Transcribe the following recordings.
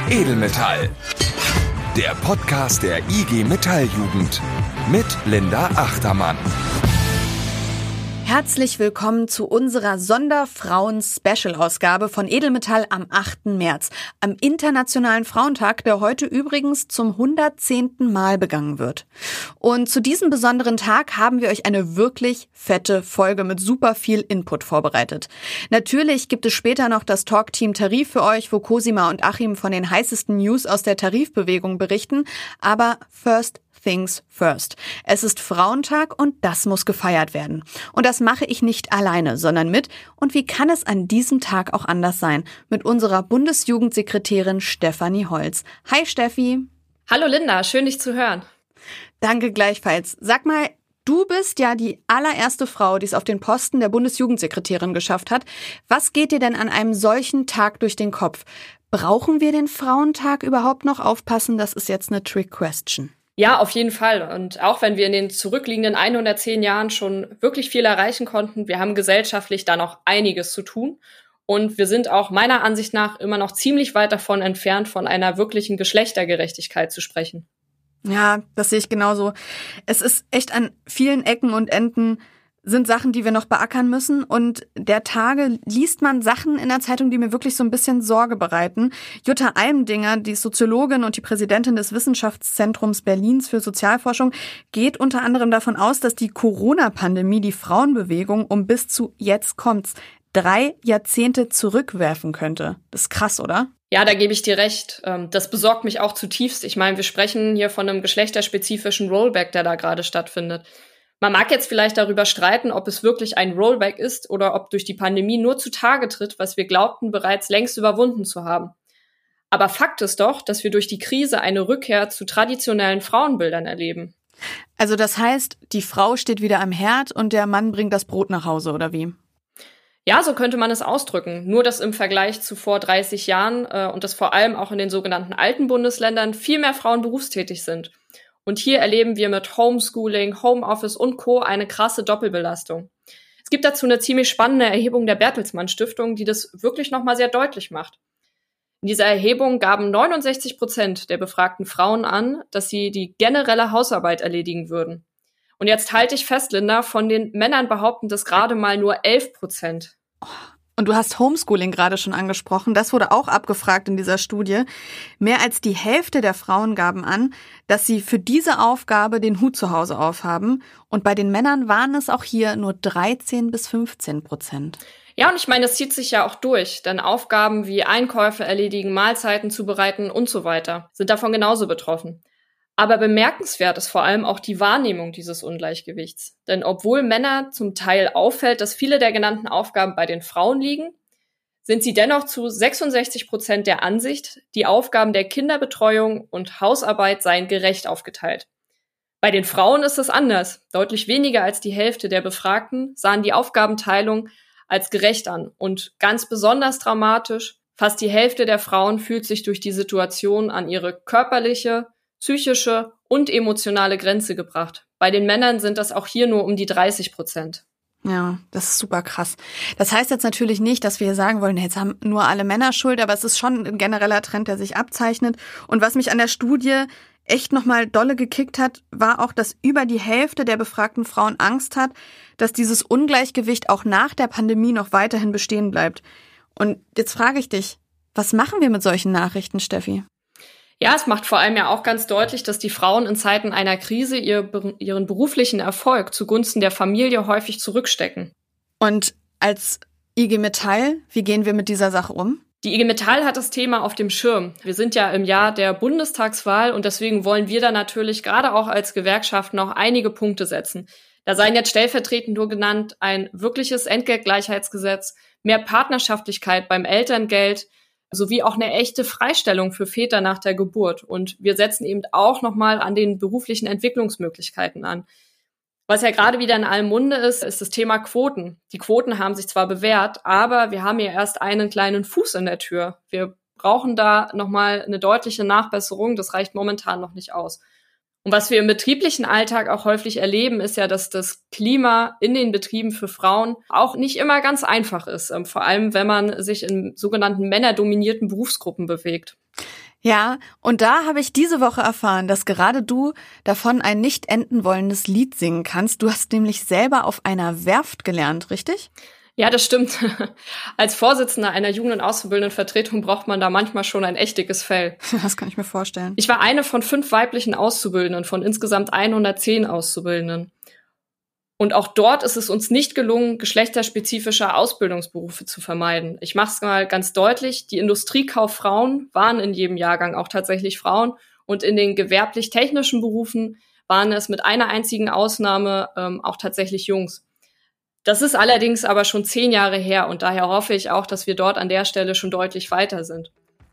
Edelmetall. Der Podcast der IG Metall-Jugend mit Linda Achtermann. Herzlich willkommen zu unserer Sonderfrauen-Special-Ausgabe von Edelmetall am 8. März, am Internationalen Frauentag, der heute übrigens zum 110. Mal begangen wird. Und zu diesem besonderen Tag haben wir euch eine wirklich fette Folge mit super viel Input vorbereitet. Natürlich gibt es später noch das Talk-Team Tarif für euch, wo Cosima und Achim von den heißesten News aus der Tarifbewegung berichten, aber first things first. Es ist Frauentag und das muss gefeiert werden. Und das mache ich nicht alleine, sondern mit, und wie kann es an diesem Tag auch anders sein, mit unserer Bundesjugendsekretärin Stefanie Holz. Hi Steffi. Hallo Linda, schön dich zu hören. Danke gleichfalls. Sag mal, du bist ja die allererste Frau, die es auf den Posten der Bundesjugendsekretärin geschafft hat. Was geht dir denn an einem solchen Tag durch den Kopf? Brauchen wir den Frauentag überhaupt noch? Aufpassen, das ist jetzt eine Trick-Question. Ja, auf jeden Fall. Und auch wenn wir in den zurückliegenden 110 Jahren schon wirklich viel erreichen konnten, wir haben gesellschaftlich da noch einiges zu tun. Und wir sind auch meiner Ansicht nach immer noch ziemlich weit davon entfernt, von einer wirklichen Geschlechtergerechtigkeit zu sprechen. Ja, das sehe ich genauso. Es ist echt an vielen Ecken und Enden sind Sachen, die wir noch beackern müssen. Und der Tage liest man Sachen in der Zeitung, die mir wirklich so ein bisschen Sorge bereiten. Jutta Almdinger, die Soziologin und die Präsidentin des Wissenschaftszentrums Berlins für Sozialforschung, geht unter anderem davon aus, dass die Corona-Pandemie die Frauenbewegung um bis zu, jetzt kommt's, 3 Jahrzehnte zurückwerfen könnte. Das ist krass, oder? Ja, da gebe ich dir recht. Das besorgt mich auch zutiefst. Ich meine, wir sprechen hier von einem geschlechterspezifischen Rollback, der da gerade stattfindet. Man mag jetzt vielleicht darüber streiten, ob es wirklich ein Rollback ist oder ob durch die Pandemie nur zutage tritt, was wir glaubten, bereits längst überwunden zu haben. Aber Fakt ist doch, dass wir durch die Krise eine Rückkehr zu traditionellen Frauenbildern erleben. Also das heißt, die Frau steht wieder am Herd und der Mann bringt das Brot nach Hause, oder wie? Ja, so könnte man es ausdrücken. Nur, dass im Vergleich zu vor 30 Jahren und dass vor allem auch in den sogenannten alten Bundesländern viel mehr Frauen berufstätig sind. Und hier erleben wir mit Homeschooling, Homeoffice und Co. eine krasse Doppelbelastung. Es gibt dazu eine ziemlich spannende Erhebung der Bertelsmann Stiftung, die das wirklich nochmal sehr deutlich macht. In dieser Erhebung gaben 69% der befragten Frauen an, dass sie die generelle Hausarbeit erledigen würden. Und jetzt halte ich fest, Linda, von den Männern behaupten das gerade mal nur 11%. Und du hast Homeschooling gerade schon angesprochen. Das wurde auch abgefragt in dieser Studie. Mehr als die Hälfte der Frauen gaben an, dass sie für diese Aufgabe den Hut zu Hause aufhaben. Und bei den Männern waren es auch hier nur 13-15%. Ja, und ich meine, das zieht sich ja auch durch. Denn Aufgaben wie Einkäufe erledigen, Mahlzeiten zubereiten und so weiter sind davon genauso betroffen. Aber bemerkenswert ist vor allem auch die Wahrnehmung dieses Ungleichgewichts. Denn obwohl Männer zum Teil auffällt, dass viele der genannten Aufgaben bei den Frauen liegen, sind sie dennoch zu 66% der Ansicht, die Aufgaben der Kinderbetreuung und Hausarbeit seien gerecht aufgeteilt. Bei den Frauen ist es anders. Deutlich weniger als die Hälfte der Befragten sahen die Aufgabenteilung als gerecht an. Und ganz besonders dramatisch, fast die Hälfte der Frauen fühlt sich durch die Situation an ihre körperliche, psychische und emotionale Grenze gebracht. Bei den Männern sind das auch hier nur um die 30%. Ja, das ist super krass. Das heißt jetzt natürlich nicht, dass wir hier sagen wollen, jetzt haben nur alle Männer Schuld, aber es ist schon ein genereller Trend, der sich abzeichnet. Und was mich an der Studie echt nochmal dolle gekickt hat, war auch, dass über die Hälfte der befragten Frauen Angst hat, dass dieses Ungleichgewicht auch nach der Pandemie noch weiterhin bestehen bleibt. Und jetzt frage ich dich, was machen wir mit solchen Nachrichten, Steffi? Ja, es macht vor allem ja auch ganz deutlich, dass die Frauen in Zeiten einer Krise ihren beruflichen Erfolg zugunsten der Familie häufig zurückstecken. Und als IG Metall, wie gehen wir mit dieser Sache um? Die IG Metall hat das Thema auf dem Schirm. Wir sind ja im Jahr der Bundestagswahl und deswegen wollen wir da natürlich gerade auch als Gewerkschaft noch einige Punkte setzen. Da seien jetzt stellvertretend nur genannt ein wirkliches Entgeltgleichheitsgesetz, mehr Partnerschaftlichkeit beim Elterngeld, sowie auch eine echte Freistellung für Väter nach der Geburt. Und wir setzen eben auch nochmal an den beruflichen Entwicklungsmöglichkeiten an. Was ja gerade wieder in allem Munde ist das Thema Quoten. Die Quoten haben sich zwar bewährt, aber wir haben ja erst einen kleinen Fuß in der Tür. Wir brauchen da nochmal eine deutliche Nachbesserung. Das reicht momentan noch nicht aus. Und was wir im betrieblichen Alltag auch häufig erleben, ist ja, dass das Klima in den Betrieben für Frauen auch nicht immer ganz einfach ist. Vor allem, wenn man sich in sogenannten männerdominierten Berufsgruppen bewegt. Ja, und da habe ich diese Woche erfahren, dass gerade du davon ein nicht enden wollendes Lied singen kannst. Du hast nämlich selber auf einer Werft gelernt, richtig? Ja, das stimmt. Als Vorsitzender einer Jugend- und Auszubildendenvertretung braucht man da manchmal schon ein echt dickes Fell. Das kann ich mir vorstellen. Ich war eine von 5 weiblichen Auszubildenden von insgesamt 110 Auszubildenden. Und auch dort ist es uns nicht gelungen, geschlechterspezifische Ausbildungsberufe zu vermeiden. Ich mache es mal ganz deutlich, die Industriekauffrauen waren in jedem Jahrgang auch tatsächlich Frauen und in den gewerblich-technischen Berufen waren es mit einer einzigen Ausnahme auch tatsächlich Jungs. Das ist allerdings aber schon 10 Jahre her und daher hoffe ich auch, dass wir dort an der Stelle schon deutlich weiter sind.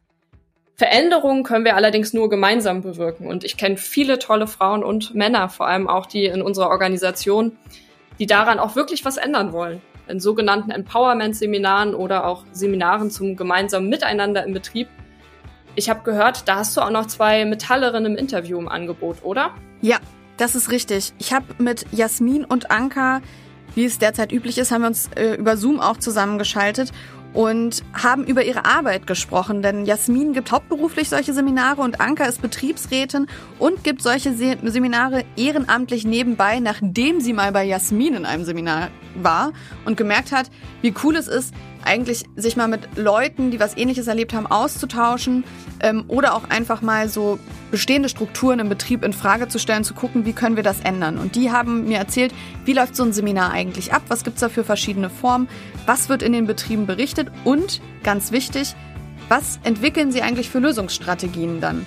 Veränderungen können wir allerdings nur gemeinsam bewirken. Und ich kenne viele tolle Frauen und Männer, vor allem auch die in unserer Organisation, die daran auch wirklich was ändern wollen. In sogenannten Empowerment-Seminaren oder auch Seminaren zum gemeinsamen Miteinander im Betrieb. Ich habe gehört, da hast du auch noch 2 Metallerinnen im Interview im Angebot, oder? Ja, das ist richtig. Ich habe mit Jasmin und Anka, wie es derzeit üblich ist, haben wir uns über Zoom auch zusammengeschaltet und haben über ihre Arbeit gesprochen, denn Jasmin gibt hauptberuflich solche Seminare und Anka ist Betriebsrätin und gibt solche Seminare ehrenamtlich nebenbei, nachdem sie mal bei Jasmin in einem Seminar war und gemerkt hat, wie cool es ist, eigentlich sich mal mit Leuten, die was Ähnliches erlebt haben, auszutauschen oder auch einfach mal so bestehende Strukturen im Betrieb in Frage zu stellen, zu gucken, wie können wir das ändern. Und die haben mir erzählt, wie läuft so ein Seminar eigentlich ab, was gibt's da für verschiedene Formen, was wird in den Betrieben berichtet und, ganz wichtig, was entwickeln sie eigentlich für Lösungsstrategien dann.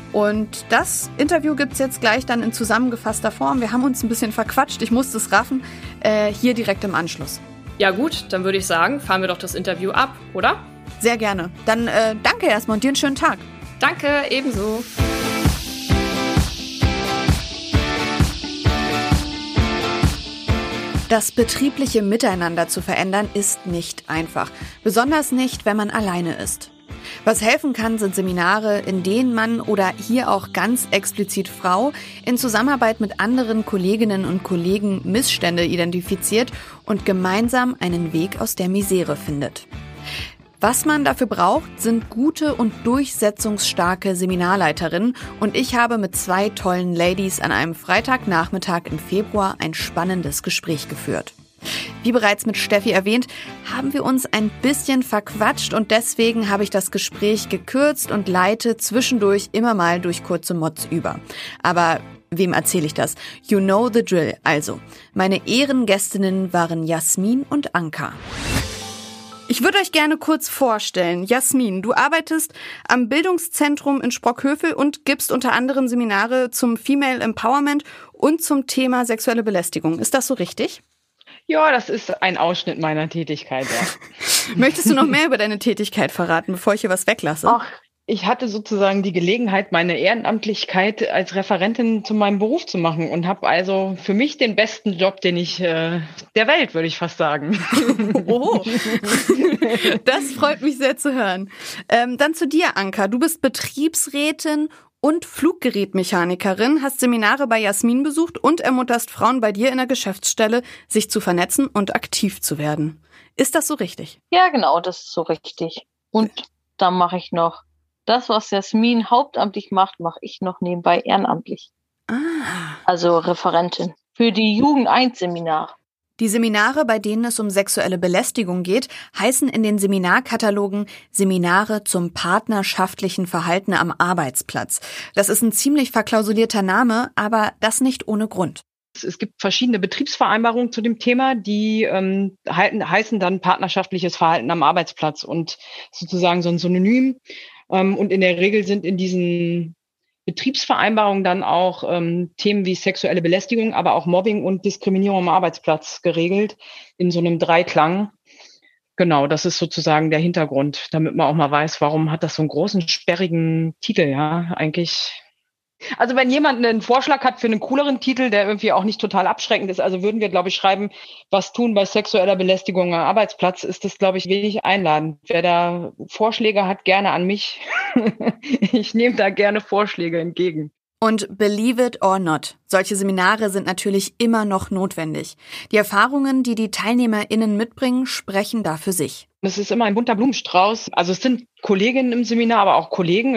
Und das Interview gibt's jetzt gleich dann in zusammengefasster Form. Wir haben uns ein bisschen verquatscht, ich musste es raffen, hier direkt im Anschluss. Ja gut, dann würde ich sagen, fahren wir doch das Interview ab, oder? Sehr gerne. Dann danke erstmal und dir einen schönen Tag. Danke, ebenso. Das betriebliche Miteinander zu verändern ist nicht einfach. Besonders nicht, wenn man alleine ist. Was helfen kann, sind Seminare, in denen man oder hier auch ganz explizit Frau in Zusammenarbeit mit anderen Kolleginnen und Kollegen Missstände identifiziert und gemeinsam einen Weg aus der Misere findet. Was man dafür braucht, sind gute und durchsetzungsstarke Seminarleiterinnen und ich habe mit 2 tollen Ladies an einem Freitagnachmittag im Februar ein spannendes Gespräch geführt. Wie bereits mit Steffi erwähnt, haben wir uns ein bisschen verquatscht und deswegen habe ich das Gespräch gekürzt und leite zwischendurch immer mal durch kurze Mods über. Aber wem erzähle ich das? You know the drill. Also, meine Ehrengästinnen waren Jasmin und Anka. Ich würde euch gerne kurz vorstellen. Jasmin, du arbeitest am Bildungszentrum in Sprockhövel und gibst unter anderem Seminare zum Female Empowerment und zum Thema sexuelle Belästigung. Ist das so richtig? Ja, das ist ein Ausschnitt meiner Tätigkeit, ja. Möchtest du noch mehr über deine Tätigkeit verraten, bevor ich hier was weglasse? Ach, ich hatte sozusagen die Gelegenheit, meine Ehrenamtlichkeit als Referentin zu meinem Beruf zu machen und habe also für mich den besten Job, den ich der Welt, würde ich fast sagen. Oh, das freut mich sehr zu hören. Dann zu dir, Anka. Du bist Betriebsrätin und Fluggerätmechanikerin, hast Seminare bei Jasmin besucht und ermutterst Frauen bei dir in der Geschäftsstelle, sich zu vernetzen und aktiv zu werden. Ist das so richtig? Ja, genau, das ist so richtig. Und dann mache ich noch das, was Jasmin hauptamtlich macht, mache ich noch nebenbei ehrenamtlich. Also Referentin für die Jugend-1-Seminare. Die Seminare, bei denen es um sexuelle Belästigung geht, heißen in den Seminarkatalogen Seminare zum partnerschaftlichen Verhalten am Arbeitsplatz. Das ist ein ziemlich verklausulierter Name, aber das nicht ohne Grund. Es gibt verschiedene Betriebsvereinbarungen zu dem Thema, die heißen dann partnerschaftliches Verhalten am Arbeitsplatz und sozusagen so ein Synonym. Und in der Regel sind in diesen Betriebsvereinbarungen dann auch Themen wie sexuelle Belästigung, aber auch Mobbing und Diskriminierung am Arbeitsplatz geregelt in so einem Dreiklang. Genau, das ist sozusagen der Hintergrund, damit man auch mal weiß, warum hat das so einen großen, sperrigen Titel, ja, eigentlich. Also wenn jemand einen Vorschlag hat für einen cooleren Titel, der irgendwie auch nicht total abschreckend ist, also würden wir, glaube ich, schreiben, was tun bei sexueller Belästigung am Arbeitsplatz, ist das, glaube ich, wenig einladend. Wer da Vorschläge hat, gerne an mich. Ich nehme da gerne Vorschläge entgegen. Und believe it or not, solche Seminare sind natürlich immer noch notwendig. Die Erfahrungen, die die TeilnehmerInnen mitbringen, sprechen da für sich. Es ist immer ein bunter Blumenstrauß. Also es sind Kolleginnen im Seminar, aber auch Kollegen.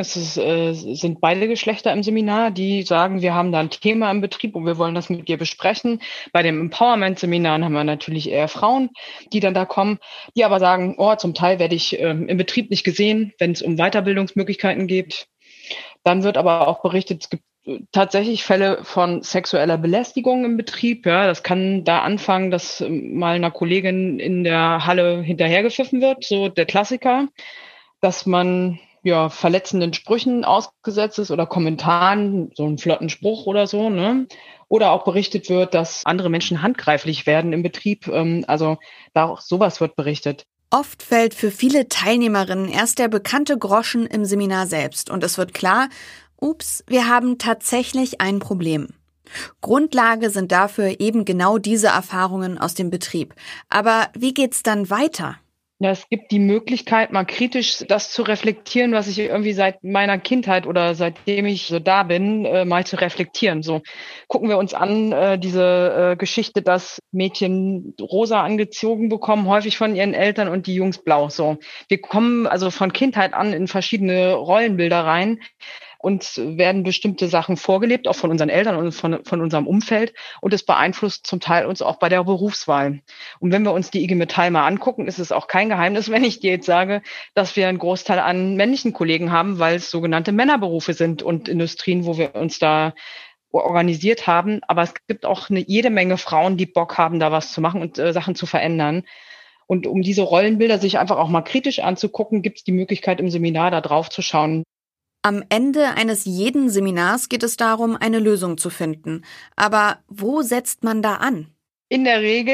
Sind beide Geschlechter im Seminar, die sagen, wir haben da ein Thema im Betrieb und wir wollen das mit dir besprechen. Bei den Empowerment-Seminaren haben wir natürlich eher Frauen, die dann da kommen, die aber sagen, zum Teil werde ich im Betrieb nicht gesehen, wenn es um Weiterbildungsmöglichkeiten geht. Dann wird aber auch berichtet, es gibt tatsächlich Fälle von sexueller Belästigung im Betrieb. Ja, das kann da anfangen, dass mal einer Kollegin in der Halle hinterhergepfiffen wird, so der Klassiker, dass man verletzenden Sprüchen ausgesetzt ist oder Kommentaren, so einen flotten Spruch oder so, ne? Oder auch berichtet wird, dass andere Menschen handgreiflich werden im Betrieb. Also da auch sowas wird berichtet. Oft fällt für viele Teilnehmerinnen erst der bekannte Groschen im Seminar selbst und es wird klar, ups, wir haben tatsächlich ein Problem. Grundlage sind dafür eben genau diese Erfahrungen aus dem Betrieb. Aber wie geht's dann weiter? Ja, es gibt die Möglichkeit, mal kritisch das zu reflektieren, was ich irgendwie seit meiner Kindheit oder seitdem ich so da bin, mal zu reflektieren. So gucken wir uns an, diese Geschichte, dass Mädchen rosa angezogen bekommen, häufig von ihren Eltern und die Jungs blau. So, wir kommen also von Kindheit an in verschiedene Rollenbilder rein. Uns werden bestimmte Sachen vorgelebt, auch von unseren Eltern und von unserem Umfeld. Und es beeinflusst zum Teil uns auch bei der Berufswahl. Und wenn wir uns die IG Metall mal angucken, ist es auch kein Geheimnis, wenn ich dir jetzt sage, dass wir einen Großteil an männlichen Kollegen haben, weil es sogenannte Männerberufe sind und Industrien, wo wir uns da organisiert haben. Aber es gibt auch jede Menge Frauen, die Bock haben, da was zu machen und Sachen zu verändern. Und um diese Rollenbilder sich einfach auch mal kritisch anzugucken, gibt es die Möglichkeit, im Seminar da drauf zu schauen. Am Ende eines jeden Seminars geht es darum, eine Lösung zu finden. Aber wo setzt man da an? In der Regel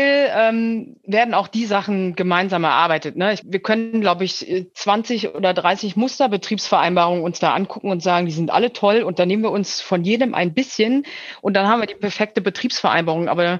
werden auch die Sachen gemeinsam erarbeitet. Ne? Wir können, glaube ich, 20 oder 30 Musterbetriebsvereinbarungen uns da angucken und sagen, die sind alle toll. Und dann nehmen wir uns von jedem ein bisschen und dann haben wir die perfekte Betriebsvereinbarung. Aber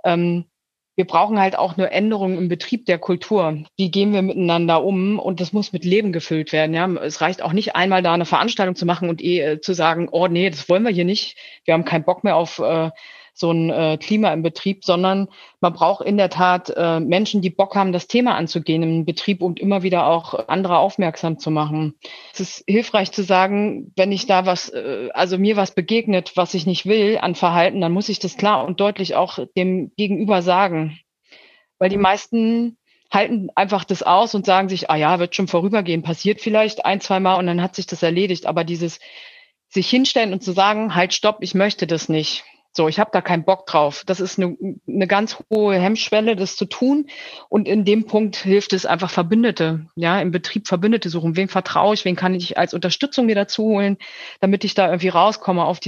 wir brauchen halt auch eine Änderung im Betrieb der Kultur. Wie gehen wir miteinander um? Und das muss mit Leben gefüllt werden. Ja, es reicht auch nicht einmal da eine Veranstaltung zu machen und zu sagen, oh nee, das wollen wir hier nicht. Wir haben keinen Bock mehr auf so ein Klima im Betrieb, sondern man braucht in der Tat Menschen, die Bock haben, das Thema anzugehen im Betrieb und immer wieder auch andere aufmerksam zu machen. Es ist hilfreich zu sagen, wenn ich da mir was begegnet, was ich nicht will an Verhalten, dann muss ich das klar und deutlich auch dem Gegenüber sagen. Weil die meisten halten einfach das aus und sagen sich, wird schon vorübergehen, passiert vielleicht 1-2 Mal und dann hat sich das erledigt. Aber dieses sich hinstellen und zu sagen, halt, stopp, ich möchte das nicht. So, ich habe da keinen Bock drauf. Das ist eine ganz hohe Hemmschwelle, das zu tun. Und in dem Punkt hilft es einfach Verbündete, im Betrieb Verbündete suchen. Wem vertraue ich? Wen kann ich als Unterstützung mir dazu holen, damit ich da irgendwie rauskomme aus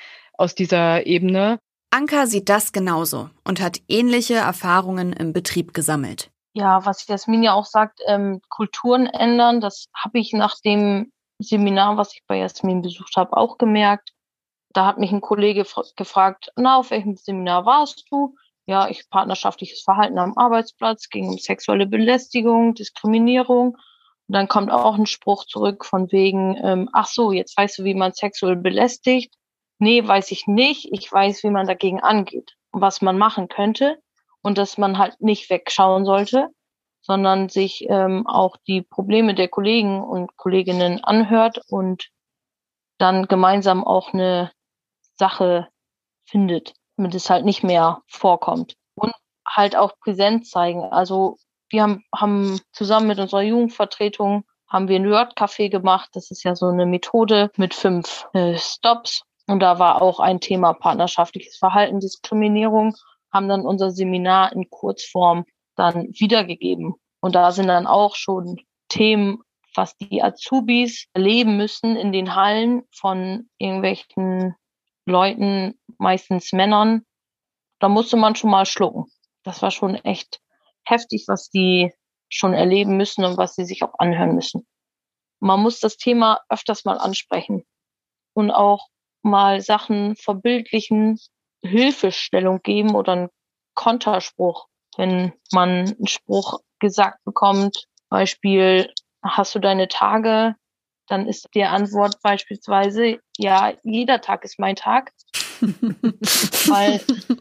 dieser Ebene? Anka sieht das genauso und hat ähnliche Erfahrungen im Betrieb gesammelt. Ja, was Jasmin ja auch sagt, Kulturen ändern, das habe ich nach dem Seminar, was ich bei Jasmin besucht habe, auch gemerkt. Da hat mich ein Kollege gefragt, auf welchem Seminar warst du? Ja, partnerschaftliches Verhalten am Arbeitsplatz, ging um sexuelle Belästigung, Diskriminierung. Und dann kommt auch ein Spruch zurück von wegen, jetzt weißt du, wie man sexuell belästigt. Nee, weiß ich nicht. Ich weiß, wie man dagegen angeht und was man machen könnte und dass man halt nicht wegschauen sollte, sondern sich auch die Probleme der Kollegen und Kolleginnen anhört und dann gemeinsam auch eine Sache findet, damit es halt nicht mehr vorkommt. Und halt auch Präsenz zeigen. Also wir haben zusammen mit unserer Jugendvertretung haben wir ein Nerd-Café gemacht. Das ist ja so eine Methode mit 5 Stops. Und da war auch ein Thema partnerschaftliches Verhalten, Diskriminierung, haben dann unser Seminar in Kurzform dann wiedergegeben. Und da sind dann auch schon Themen, was die Azubis erleben müssen in den Hallen von irgendwelchen Leuten, meistens Männern. Da musste man schon mal schlucken. Das war schon echt heftig, was die schon erleben müssen und was sie sich auch anhören müssen. Man muss das Thema öfters mal ansprechen und auch mal Sachen verbildlichen, Hilfestellung geben oder einen Konterspruch. Wenn man einen Spruch gesagt bekommt, Beispiel, hast du deine Tage, dann ist die Antwort beispielsweise, ja, jeder Tag ist mein Tag. Weil,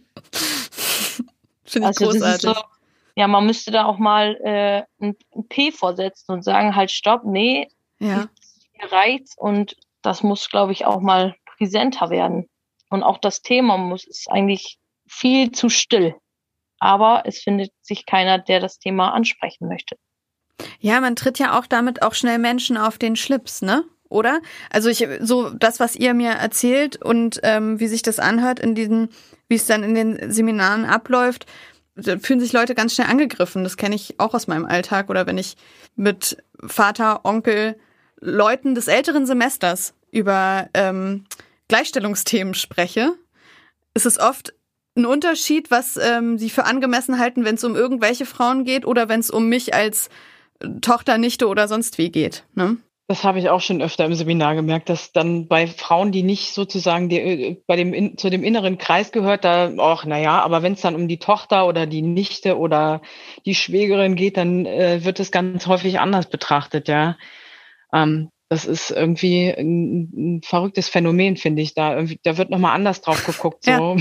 finde ich großartig. Das ist so, ja, man müsste da auch mal ein P vorsetzen und sagen, halt, stopp, nee, hier reicht's, und das muss, glaube ich, auch mal präsenter werden. Und auch das Thema ist eigentlich viel zu still. Aber es findet sich keiner, der das Thema ansprechen möchte. Ja, man tritt ja auch damit auch schnell Menschen auf den Schlips, ne? Oder? Also so das, was ihr mir erzählt und wie sich das anhört wie es dann in den Seminaren abläuft, fühlen sich Leute ganz schnell angegriffen. Das kenne ich auch aus meinem Alltag. Oder wenn ich mit Vater, Onkel, Leuten des älteren Semesters über Gleichstellungsthemen spreche, ist es oft ein Unterschied, was sie für angemessen halten, wenn es um irgendwelche Frauen geht oder wenn es um mich als Tochter, Nichte oder sonst wie geht. Ne? Das habe ich auch schon öfter im Seminar gemerkt, dass dann bei Frauen, die nicht sozusagen zu dem inneren Kreis gehört, aber wenn es dann um die Tochter oder die Nichte oder die Schwägerin geht, dann wird es ganz häufig anders betrachtet, ja. Das ist irgendwie ein verrücktes Phänomen, finde ich. Da wird nochmal anders drauf geguckt. So.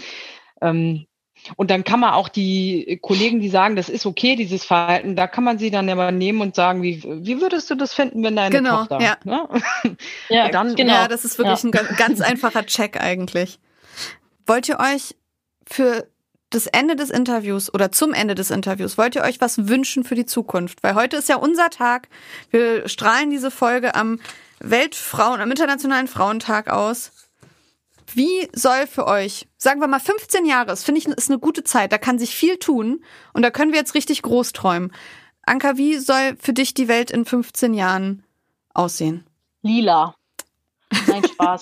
Und dann kann man auch die Kollegen, die sagen, das ist okay, dieses Verhalten, da kann man sie dann aber nehmen und sagen, wie würdest du das finden, wenn deine Tochter... Ja. Ne? Ja, Ja, das ist wirklich ein ganz einfacher Check eigentlich. Wollt ihr euch für das Ende des Interviews oder zum Ende des Interviews, wollt ihr euch was wünschen für die Zukunft? Weil heute ist ja unser Tag. Wir strahlen diese Folge am Internationalen Frauentag aus. Wie soll für euch, sagen wir mal 15 Jahre, das finde ich, ist eine gute Zeit, da kann sich viel tun und da können wir jetzt richtig groß träumen. Anka, wie soll für dich die Welt in 15 Jahren aussehen? Lila. Nein, Spaß.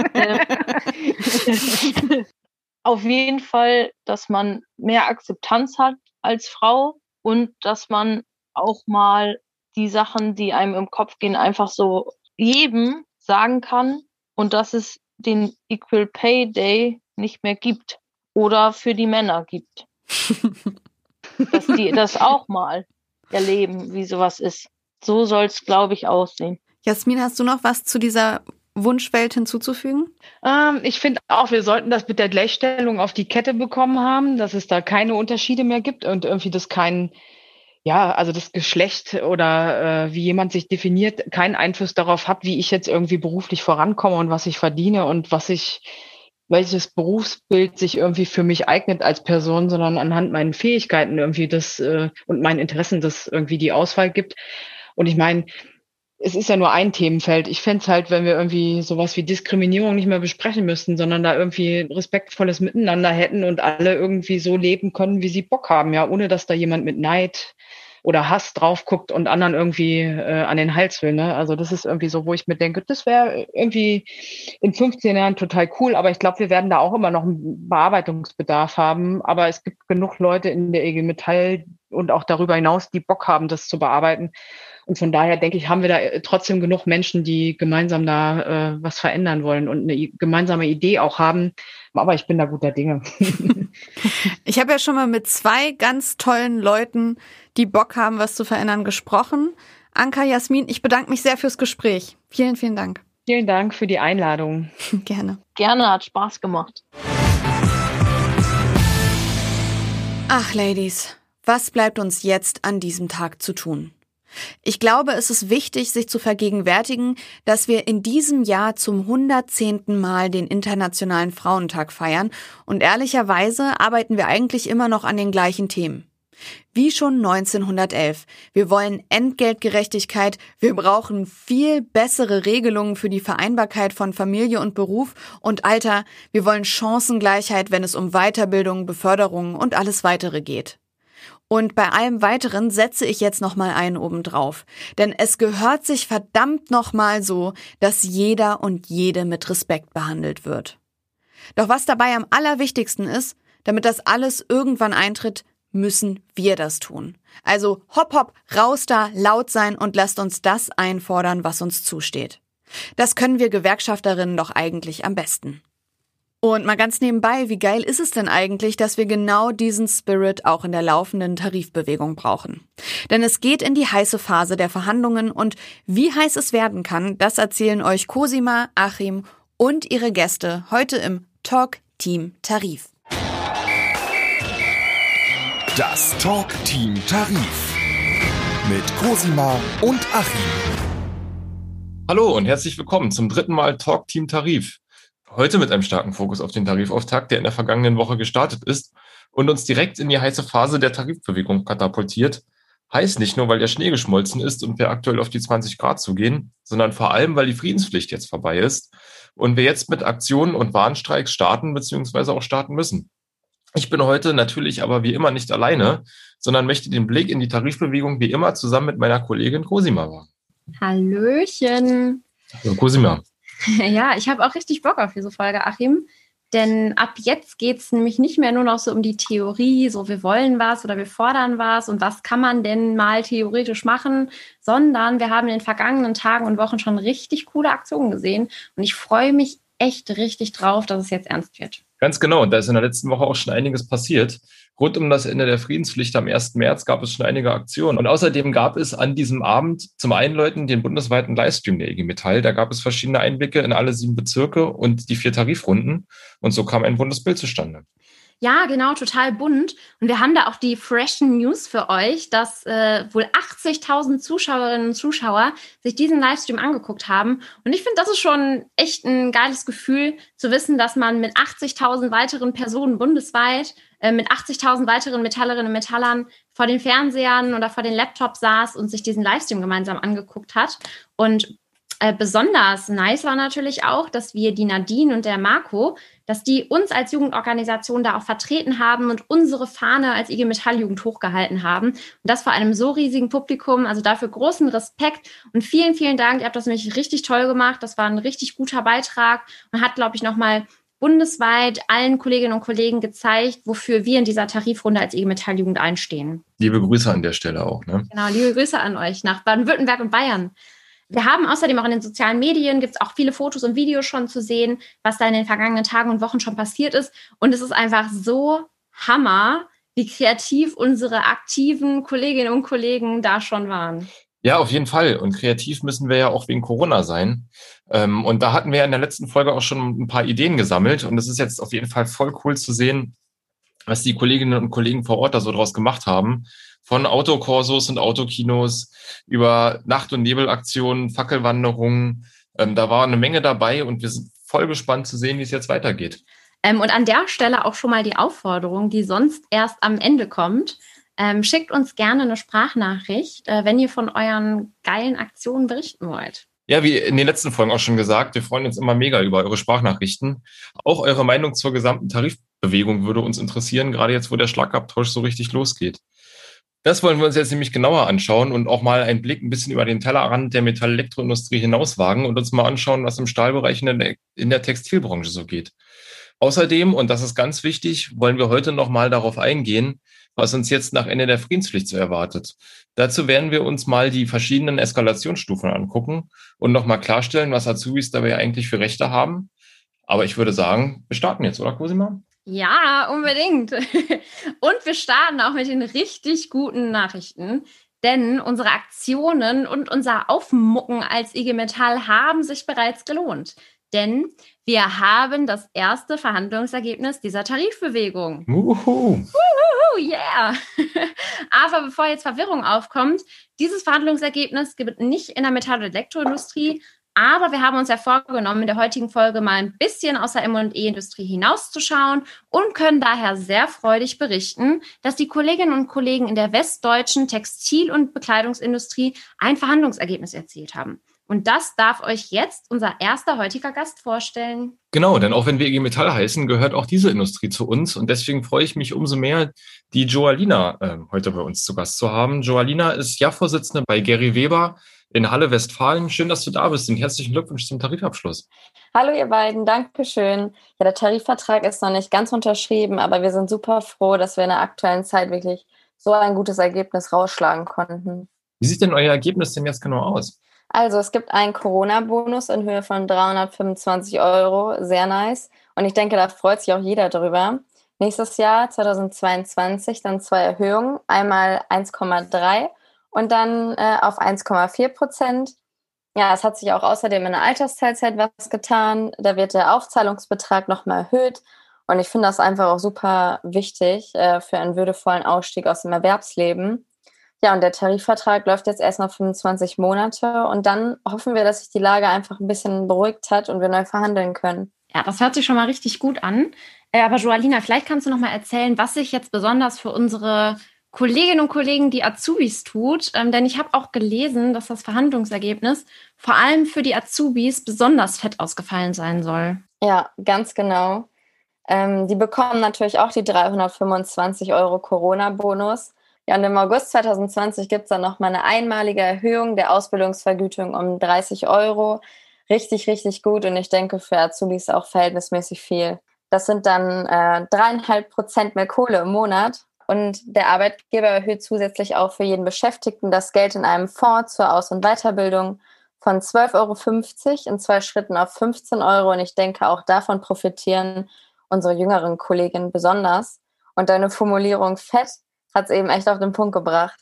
Auf jeden Fall, dass man mehr Akzeptanz hat als Frau und dass man auch mal die Sachen, die einem im Kopf gehen, einfach so jedem sagen kann und dass es den Equal Pay Day nicht mehr gibt oder für die Männer gibt. Dass die das auch mal erleben, wie sowas ist. So soll es, glaube ich, aussehen. Jasmin, hast du noch was zu dieser Wunschwelt hinzuzufügen? Ich finde auch, wir sollten das mit der Gleichstellung auf die Kette bekommen haben, dass es da keine Unterschiede mehr gibt und irgendwie das das Geschlecht oder wie jemand sich definiert, keinen Einfluss darauf hat, wie ich jetzt irgendwie beruflich vorankomme und was ich verdiene und welches Berufsbild sich irgendwie für mich eignet als Person, sondern anhand meinen Fähigkeiten irgendwie und meinen Interessen das irgendwie die Auswahl gibt. Und ich meine, es ist ja nur ein Themenfeld. Ich fände es halt, wenn wir irgendwie sowas wie Diskriminierung nicht mehr besprechen müssten, sondern da irgendwie respektvolles Miteinander hätten und alle irgendwie so leben können, wie sie Bock haben, ja, ohne dass da jemand mit Neid oder Hass drauf guckt und anderen irgendwie an den Hals will. Ne? Also das ist irgendwie so, wo ich mir denke, das wäre irgendwie in 15 Jahren total cool, aber ich glaube, wir werden da auch immer noch einen Bearbeitungsbedarf haben. Aber es gibt genug Leute in der IG Metall und auch darüber hinaus, die Bock haben, das zu bearbeiten. Und von daher denke ich, haben wir da trotzdem genug Menschen, die gemeinsam da was verändern wollen und eine gemeinsame Idee auch haben. Aber ich bin da guter Dinge. Ich habe ja schon mal mit 2 ganz tollen Leuten, die Bock haben, was zu verändern, gesprochen. Anka, Jasmin, ich bedanke mich sehr fürs Gespräch. Vielen, vielen Dank. Vielen Dank für die Einladung. Gerne. Gerne, hat Spaß gemacht. Ach, Ladies, was bleibt uns jetzt an diesem Tag zu tun? Ich glaube, es ist wichtig, sich zu vergegenwärtigen, dass wir in diesem Jahr zum 110. Mal den Internationalen Frauentag feiern und ehrlicherweise arbeiten wir eigentlich immer noch an den gleichen Themen. Wie schon 1911. Wir wollen Entgeltgerechtigkeit, wir brauchen viel bessere Regelungen für die Vereinbarkeit von Familie und Beruf und Alter, wir wollen Chancengleichheit, wenn es um Weiterbildung, Beförderung und alles weitere geht. Und bei allem Weiteren setze ich jetzt nochmal einen obendrauf. Denn es gehört sich verdammt nochmal so, dass jeder und jede mit Respekt behandelt wird. Doch was dabei am allerwichtigsten ist, damit das alles irgendwann eintritt, müssen wir das tun. Also hopp hopp, raus da, laut sein und lasst uns das einfordern, was uns zusteht. Das können wir Gewerkschafterinnen doch eigentlich am besten. Und mal ganz nebenbei, wie geil ist es denn eigentlich, dass wir genau diesen Spirit auch in der laufenden Tarifbewegung brauchen? Denn es geht in die heiße Phase der Verhandlungen und wie heiß es werden kann, das erzählen euch Cosima, Achim und ihre Gäste heute im Talk Team Tarif. Das Talk Team Tarif mit Cosima und Achim. Hallo und herzlich willkommen zum 3. Mal Talk Team Tarif. Heute mit einem starken Fokus auf den Tarifauftakt, der in der vergangenen Woche gestartet ist und uns direkt in die heiße Phase der Tarifbewegung katapultiert. Heiß nicht nur, weil der Schnee geschmolzen ist und wir aktuell auf die 20 Grad zugehen, sondern vor allem, weil die Friedenspflicht jetzt vorbei ist und wir jetzt mit Aktionen und Warnstreiks starten bzw. auch starten müssen. Ich bin heute natürlich aber wie immer nicht alleine, sondern möchte den Blick in die Tarifbewegung wie immer zusammen mit meiner Kollegin Cosima wagen. Hallöchen. Hallo Cosima. Ja, ich habe auch richtig Bock auf diese Folge, Achim. Denn ab jetzt geht es nämlich nicht mehr nur noch so um die Theorie, so wir wollen was oder wir fordern was und was kann man denn mal theoretisch machen, sondern wir haben in den vergangenen Tagen und Wochen schon richtig coole Aktionen gesehen und ich freue mich echt richtig drauf, dass es jetzt ernst wird. Ganz genau, und da ist in der letzten Woche auch schon einiges passiert. Rund um das Ende der Friedenspflicht am 1. März gab es schon einige Aktionen. Und außerdem gab es an diesem Abend zum Einläuten den bundesweiten Livestream der IG Metall. Da gab es verschiedene Einblicke in alle 7 Bezirke und die 4 Tarifrunden. Und so kam ein buntes Bild zustande. Ja, genau, total bunt. Und wir haben da auch die freshen News für euch, dass wohl 80.000 Zuschauerinnen und Zuschauer sich diesen Livestream angeguckt haben. Und ich finde, das ist schon echt ein geiles Gefühl, zu wissen, dass man mit 80.000 weiteren Personen bundesweit, mit 80.000 weiteren Metallerinnen und Metallern vor den Fernsehern oder vor den Laptops saß und sich diesen Livestream gemeinsam angeguckt hat. Und besonders nice war natürlich auch, dass wir die Nadine und der Marco, dass die uns als Jugendorganisation da auch vertreten haben und unsere Fahne als IG Metall-Jugend hochgehalten haben. Und das vor einem so riesigen Publikum. Also dafür großen Respekt und vielen, vielen Dank. Ihr habt das nämlich richtig toll gemacht. Das war ein richtig guter Beitrag und hat, glaube ich, nochmal bundesweit allen Kolleginnen und Kollegen gezeigt, wofür wir in dieser Tarifrunde als IG Metall-Jugend einstehen. Liebe Grüße an der Stelle auch, ne? Genau, liebe Grüße an euch nach Baden-Württemberg und Bayern. Wir haben außerdem auch in den sozialen Medien, gibt es auch viele Fotos und Videos schon zu sehen, was da in den vergangenen Tagen und Wochen schon passiert ist. Und es ist einfach so Hammer, wie kreativ unsere aktiven Kolleginnen und Kollegen da schon waren. Ja, auf jeden Fall. Und kreativ müssen wir ja auch wegen Corona sein. Und da hatten wir in der letzten Folge auch schon ein paar Ideen gesammelt. Und es ist jetzt auf jeden Fall voll cool zu sehen, was die Kolleginnen und Kollegen vor Ort da so draus gemacht haben. Von Autokorsos und Autokinos über Nacht- und Nebelaktionen, Fackelwanderungen. Da war eine Menge dabei und wir sind voll gespannt zu sehen, wie es jetzt weitergeht. Und an der Stelle auch schon mal die Aufforderung, die sonst erst am Ende kommt. Schickt uns gerne eine Sprachnachricht, wenn ihr von euren geilen Aktionen berichten wollt. Ja, wie in den letzten Folgen auch schon gesagt, wir freuen uns immer mega über eure Sprachnachrichten. Auch eure Meinung zur gesamten Tarifbewegung würde uns interessieren, gerade jetzt, wo der Schlagabtausch so richtig losgeht. Das wollen wir uns jetzt nämlich genauer anschauen und auch mal einen Blick ein bisschen über den Tellerrand der Metall-Elektroindustrie hinauswagen und uns mal anschauen, was im Stahlbereich in der Textilbranche so geht. Außerdem, und das ist ganz wichtig, wollen wir heute noch mal darauf eingehen, was uns jetzt nach Ende der Friedenspflicht so erwartet. Dazu werden wir uns mal die verschiedenen Eskalationsstufen angucken und noch mal klarstellen, was Azubis dabei eigentlich für Rechte haben. Aber ich würde sagen, wir starten jetzt, oder Cosima? Ja, unbedingt. Und wir starten auch mit den richtig guten Nachrichten, denn unsere Aktionen und unser Aufmucken als IG Metall haben sich bereits gelohnt. Denn wir haben das erste Verhandlungsergebnis dieser Tarifbewegung. Yeah! Aber bevor jetzt Verwirrung aufkommt, dieses Verhandlungsergebnis gibt nicht in der Metall- und Elektroindustrie, aber wir haben uns ja vorgenommen, in der heutigen Folge mal ein bisschen aus der M&E-Industrie hinauszuschauen und können daher sehr freudig berichten, dass die Kolleginnen und Kollegen in der westdeutschen Textil- und Bekleidungsindustrie ein Verhandlungsergebnis erzielt haben. Und das darf euch jetzt unser erster heutiger Gast vorstellen. Genau, denn auch wenn wir IG Metall heißen, gehört auch diese Industrie zu uns. Und deswegen freue ich mich umso mehr, die Joalina heute bei uns zu Gast zu haben. Joalina ist JAF-Vorsitzende bei Geri Weber in Halle, Westfalen. Schön, dass du da bist und herzlichen Glückwunsch zum Tarifabschluss. Hallo ihr beiden, danke schön. Ja, der Tarifvertrag ist noch nicht ganz unterschrieben, aber wir sind super froh, dass wir in der aktuellen Zeit wirklich so ein gutes Ergebnis rausschlagen konnten. Wie sieht denn euer Ergebnis denn jetzt genau aus? Also es gibt einen Corona-Bonus in Höhe von 325 €, sehr nice. Und ich denke, da freut sich auch jeder drüber. Nächstes Jahr, 2022, dann 2 Erhöhungen, einmal 1,3 und dann auf 1,4%. Ja, es hat sich auch außerdem in der Altersteilzeit was getan. Da wird der Aufzahlungsbetrag nochmal erhöht. Und ich finde das einfach auch super wichtig für einen würdevollen Ausstieg aus dem Erwerbsleben. Ja, und der Tarifvertrag läuft jetzt erst noch 25 Monate. Und dann hoffen wir, dass sich die Lage einfach ein bisschen beruhigt hat und wir neu verhandeln können. Ja, das hört sich schon mal richtig gut an. Aber Joalina, vielleicht kannst du noch mal erzählen, was sich jetzt besonders für unsere Kolleginnen und Kollegen, die Azubis tut. Denn ich habe auch gelesen, dass das Verhandlungsergebnis vor allem für die Azubis besonders fett ausgefallen sein soll. Ja, ganz genau. Die bekommen natürlich auch die 325 € Corona-Bonus. Ja, und im August 2020 gibt es dann nochmal eine einmalige Erhöhung der Ausbildungsvergütung um 30 €. Richtig, richtig gut und ich denke für Azubis auch verhältnismäßig viel. Das sind dann 3,5% mehr Kohle im Monat. Und der Arbeitgeber erhöht zusätzlich auch für jeden Beschäftigten das Geld in einem Fonds zur Aus- und Weiterbildung von 12,50 € in 2 Schritten auf 15 €. Und ich denke, auch davon profitieren unsere jüngeren Kolleginnen besonders. Und deine Formulierung fett hat es eben echt auf den Punkt gebracht.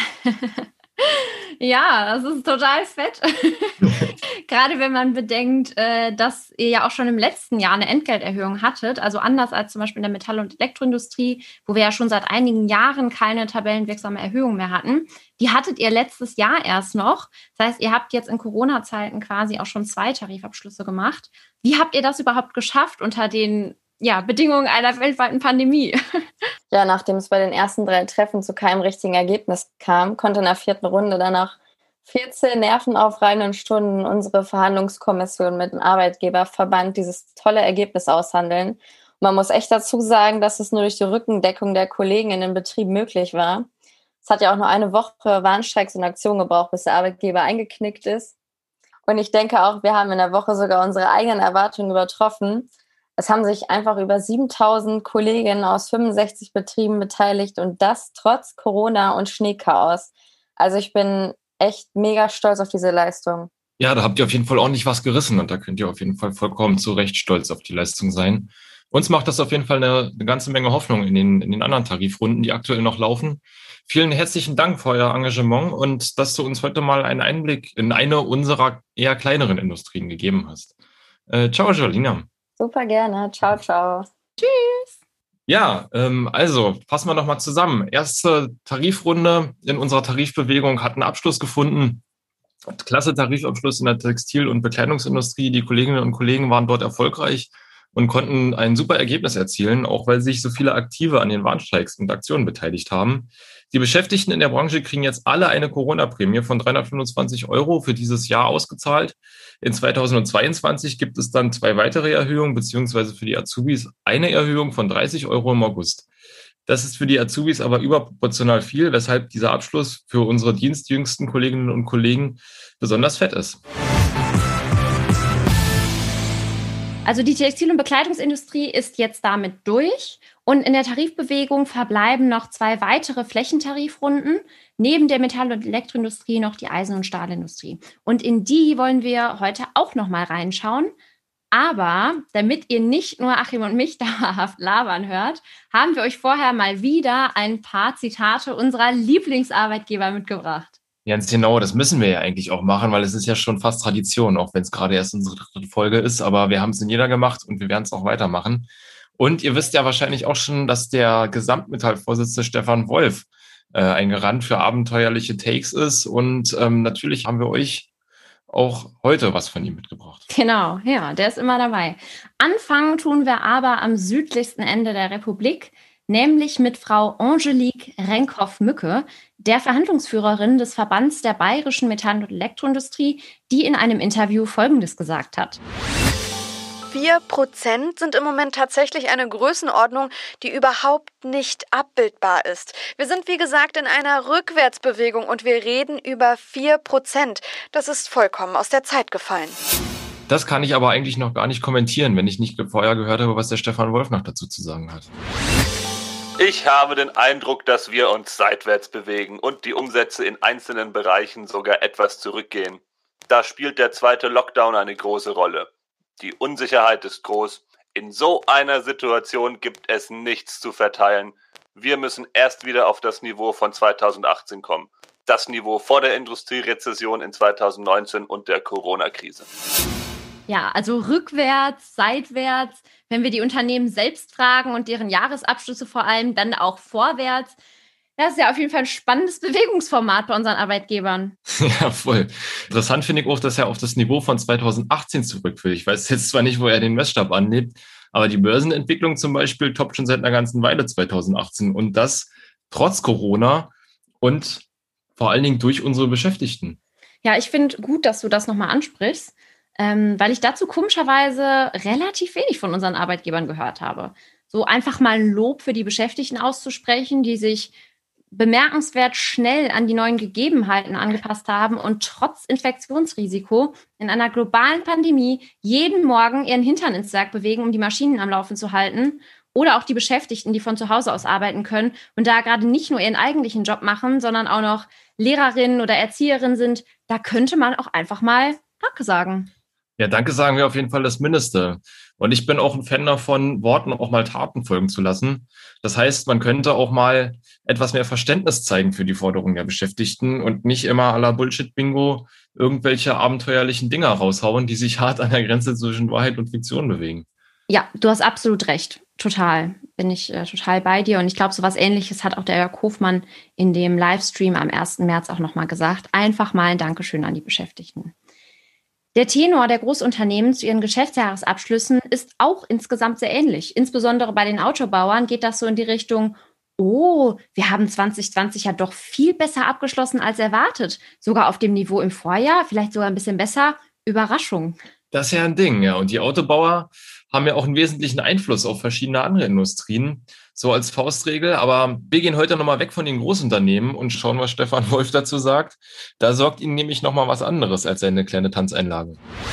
Ja, das ist total fett. Gerade wenn man bedenkt, dass ihr ja auch schon im letzten Jahr eine Entgelterhöhung hattet, also anders als zum Beispiel in der Metall- und Elektroindustrie, wo wir ja schon seit einigen Jahren keine tabellenwirksame Erhöhung mehr hatten. Die hattet ihr letztes Jahr erst noch. Das heißt, ihr habt jetzt in Corona-Zeiten quasi auch schon 2 Tarifabschlüsse gemacht. Wie habt ihr das überhaupt geschafft unter den Bedingungen einer weltweiten Pandemie? Ja, nachdem es bei den ersten 3 Treffen zu keinem richtigen Ergebnis kam, konnte in der 4. Runde dann nach 14 nervenaufreibenden Stunden unsere Verhandlungskommission mit dem Arbeitgeberverband dieses tolle Ergebnis aushandeln. Und man muss echt dazu sagen, dass es nur durch die Rückendeckung der Kollegen in den Betrieb möglich war. Es hat ja auch nur eine Woche Warnstreiks und Aktion gebraucht, bis der Arbeitgeber eingeknickt ist. Und ich denke auch, wir haben in der Woche sogar unsere eigenen Erwartungen übertroffen. Es haben sich einfach über 7.000 Kolleginnen aus 65 Betrieben beteiligt und das trotz Corona und Schneechaos. Also ich bin echt mega stolz auf diese Leistung. Ja, da habt ihr auf jeden Fall ordentlich was gerissen und da könnt ihr auf jeden Fall vollkommen zu Recht stolz auf die Leistung sein. Uns macht das auf jeden Fall eine ganze Menge Hoffnung in den anderen Tarifrunden, die aktuell noch laufen. Vielen herzlichen Dank für euer Engagement und dass du uns heute mal einen Einblick in eine unserer eher kleineren Industrien gegeben hast. Ciao, Joalina. Super gerne. Ciao, ciao. Tschüss. Ja, also fassen wir nochmal zusammen. Erste Tarifrunde in unserer Tarifbewegung hat einen Abschluss gefunden. Klasse Tarifabschluss in der Textil- und Bekleidungsindustrie. Die Kolleginnen und Kollegen waren dort erfolgreich und konnten ein super Ergebnis erzielen, auch weil sich so viele Aktive an den Warnstreiks und Aktionen beteiligt haben. Die Beschäftigten in der Branche kriegen jetzt alle eine Corona-Prämie von 325 € für dieses Jahr ausgezahlt. In 2022 gibt es dann 2 weitere Erhöhungen, beziehungsweise für die Azubis eine Erhöhung von 30 € im August. Das ist für die Azubis aber überproportional viel, weshalb dieser Abschluss für unsere dienstjüngsten Kolleginnen und Kollegen besonders fett ist. Also die Textil- und Bekleidungsindustrie ist jetzt damit durch und in der Tarifbewegung verbleiben noch 2 weitere Flächentarifrunden, neben der Metall- und Elektroindustrie noch die Eisen- und Stahlindustrie. Und in die wollen wir heute auch noch mal reinschauen. Aber damit ihr nicht nur Achim und mich dauerhaft labern hört, haben wir euch vorher mal wieder ein paar Zitate unserer Lieblingsarbeitgeber mitgebracht. Ganz genau, das müssen wir ja eigentlich auch machen, weil es ist ja schon fast Tradition, auch wenn es gerade erst unsere 3. Folge ist. Aber wir haben es in jeder gemacht und wir werden es auch weitermachen. Und ihr wisst ja wahrscheinlich auch schon, dass der Gesamtmetall-Vorsitzende Stefan Wolf ein Garant für abenteuerliche Takes ist. Und natürlich haben wir euch auch heute was von ihm mitgebracht. Genau, ja, der ist immer dabei. Anfangen tun wir aber am südlichsten Ende der Republik, nämlich mit Frau Angelique Renkhoff-Mücke, der Verhandlungsführerin des Verbands der Bayerischen Metall- und Elektroindustrie, die in einem Interview Folgendes gesagt hat. 4% sind im Moment tatsächlich eine Größenordnung, die überhaupt nicht abbildbar ist. Wir sind, wie gesagt, in einer Rückwärtsbewegung und wir reden über 4%. Das ist vollkommen aus der Zeit gefallen. Das kann ich aber eigentlich noch gar nicht kommentieren, wenn ich nicht vorher gehört habe, was der Stefan Wolf noch dazu zu sagen hat. Ich habe den Eindruck, dass wir uns seitwärts bewegen und die Umsätze in einzelnen Bereichen sogar etwas zurückgehen. Da spielt der zweite Lockdown eine große Rolle. Die Unsicherheit ist groß. In so einer Situation gibt es nichts zu verteilen. Wir müssen erst wieder auf das Niveau von 2018 kommen. Das Niveau vor der Industrierezession in 2019 und der Corona-Krise. Ja, also rückwärts, seitwärts, wenn wir die Unternehmen selbst fragen und deren Jahresabschlüsse vor allem, dann auch vorwärts. Das ist ja auf jeden Fall ein spannendes Bewegungsformat bei unseren Arbeitgebern. Ja, voll. Interessant finde ich auch, dass er auf das Niveau von 2018 zurück will. Ich weiß jetzt zwar nicht, wo er den Messstab anlebt, aber die Börsenentwicklung zum Beispiel toppt schon seit einer ganzen Weile 2018. Und das trotz Corona und vor allen Dingen durch unsere Beschäftigten. Ja, ich finde gut, dass du das nochmal ansprichst, weil ich dazu komischerweise relativ wenig von unseren Arbeitgebern gehört habe. So einfach mal Lob für die Beschäftigten auszusprechen, die sich bemerkenswert schnell an die neuen Gegebenheiten angepasst haben und trotz Infektionsrisiko in einer globalen Pandemie jeden Morgen ihren Hintern ins Werk bewegen, um die Maschinen am Laufen zu halten. Oder auch die Beschäftigten, die von zu Hause aus arbeiten können und da gerade nicht nur ihren eigentlichen Job machen, sondern auch noch Lehrerinnen oder Erzieherinnen sind. Da könnte man auch einfach mal Danke sagen. Ja, Danke sagen wir auf jeden Fall das Mindeste. Und ich bin auch ein Fan davon, Worten auch mal Taten folgen zu lassen. Das heißt, man könnte auch mal etwas mehr Verständnis zeigen für die Forderungen der Beschäftigten und nicht immer à la Bullshit-Bingo irgendwelche abenteuerlichen Dinger raushauen, die sich hart an der Grenze zwischen Wahrheit und Fiktion bewegen. Ja, du hast absolut recht. Total. Bin ich total bei dir. Und ich glaube, so was Ähnliches hat auch der Jörg Hofmann in dem Livestream am 1. März auch nochmal gesagt. Einfach mal ein Dankeschön an die Beschäftigten. Der Tenor der Großunternehmen zu ihren Geschäftsjahresabschlüssen ist auch insgesamt sehr ähnlich. Insbesondere bei den Autobauern geht das so in die Richtung, oh, wir haben 2020 ja doch viel besser abgeschlossen als erwartet. Sogar auf dem Niveau im Vorjahr, vielleicht sogar ein bisschen besser. Überraschung. Das ist ja ein Ding, ja. Und die Autobauer haben ja auch einen wesentlichen Einfluss auf verschiedene andere Industrien, so als Faustregel. Aber wir gehen heute nochmal weg von den Großunternehmen und schauen, was Stefan Wolf dazu sagt. Da sorgt Ihnen nämlich nochmal was anderes als seine kleine Tanzeinlage.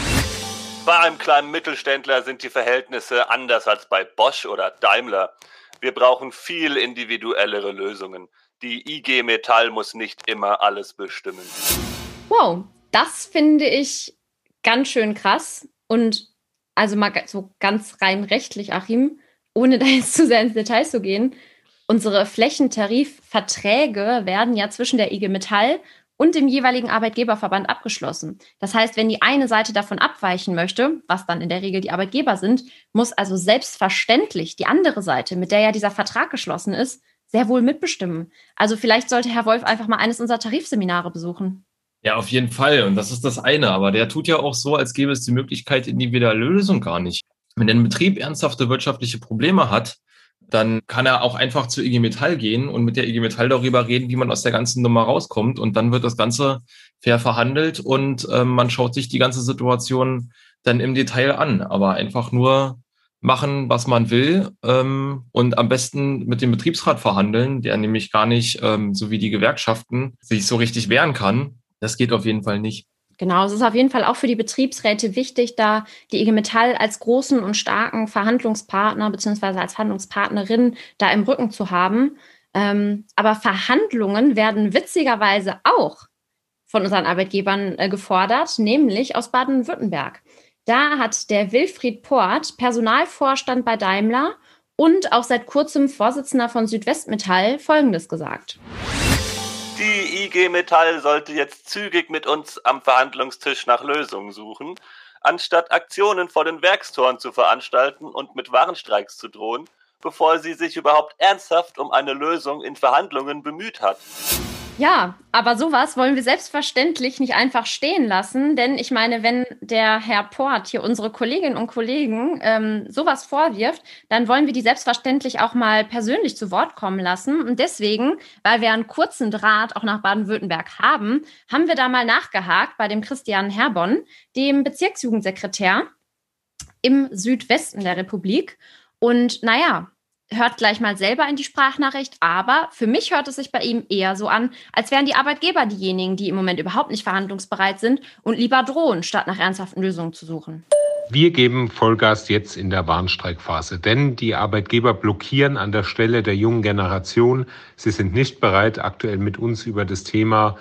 Bei einem kleinen Mittelständler sind die Verhältnisse anders als bei Bosch oder Daimler. Wir brauchen viel individuellere Lösungen. Die IG Metall muss nicht immer alles bestimmen. Wow, das finde ich ganz schön krass. Und also mal so ganz rein rechtlich, Achim, ohne da jetzt zu sehr ins Detail zu gehen, unsere Flächentarifverträge werden ja zwischen der IG Metall und dem jeweiligen Arbeitgeberverband abgeschlossen. Das heißt, wenn die eine Seite davon abweichen möchte, was dann in der Regel die Arbeitgeber sind, muss also selbstverständlich die andere Seite, mit der ja dieser Vertrag geschlossen ist, sehr wohl mitbestimmen. Also vielleicht sollte Herr Wolf einfach mal eines unserer Tarifseminare besuchen. Ja, auf jeden Fall. Und das ist das eine. Aber der tut ja auch so, als gäbe es die Möglichkeit individuelle Lösung gar nicht. Wenn ein Betrieb ernsthafte wirtschaftliche Probleme hat, dann kann er auch einfach zur IG Metall gehen und mit der IG Metall darüber reden, wie man aus der ganzen Nummer rauskommt. Und dann wird das Ganze fair verhandelt und man schaut sich die ganze Situation dann im Detail an. Aber einfach nur machen, was man will und am besten mit dem Betriebsrat verhandeln, der nämlich gar nicht, so wie die Gewerkschaften, sich so richtig wehren kann. Das geht auf jeden Fall nicht. Genau, es ist auf jeden Fall auch für die Betriebsräte wichtig, da die IG Metall als großen und starken Verhandlungspartner bzw. als Verhandlungspartnerin da im Rücken zu haben. Aber Verhandlungen werden witzigerweise auch von unseren Arbeitgebern gefordert, nämlich aus Baden-Württemberg. Da hat der Wilfried Port, Personalvorstand bei Daimler und auch seit kurzem Vorsitzender von Südwestmetall, Folgendes gesagt. Die IG Metall sollte jetzt zügig mit uns am Verhandlungstisch nach Lösungen suchen, anstatt Aktionen vor den Werkstoren zu veranstalten und mit Warnstreiks zu drohen, bevor sie sich überhaupt ernsthaft um eine Lösung in Verhandlungen bemüht hat. Ja, aber sowas wollen wir selbstverständlich nicht einfach stehen lassen, denn ich meine, wenn der Herr Port hier unsere Kolleginnen und Kollegen sowas vorwirft, dann wollen wir die selbstverständlich auch mal persönlich zu Wort kommen lassen. Und deswegen, weil wir einen kurzen Draht auch nach Baden-Württemberg haben, haben wir da mal nachgehakt bei dem Christian Herborn, dem Bezirksjugendsekretär im Südwesten der Republik. Und naja, hört gleich mal selber in die Sprachnachricht, aber für mich hört es sich bei ihm eher so an, als wären die Arbeitgeber diejenigen, die im Moment überhaupt nicht verhandlungsbereit sind und lieber drohen, statt nach ernsthaften Lösungen zu suchen. Wir geben Vollgas jetzt in der Warnstreikphase, denn die Arbeitgeber blockieren an der Stelle der jungen Generation. Sie sind nicht bereit, aktuell mit uns über das Thema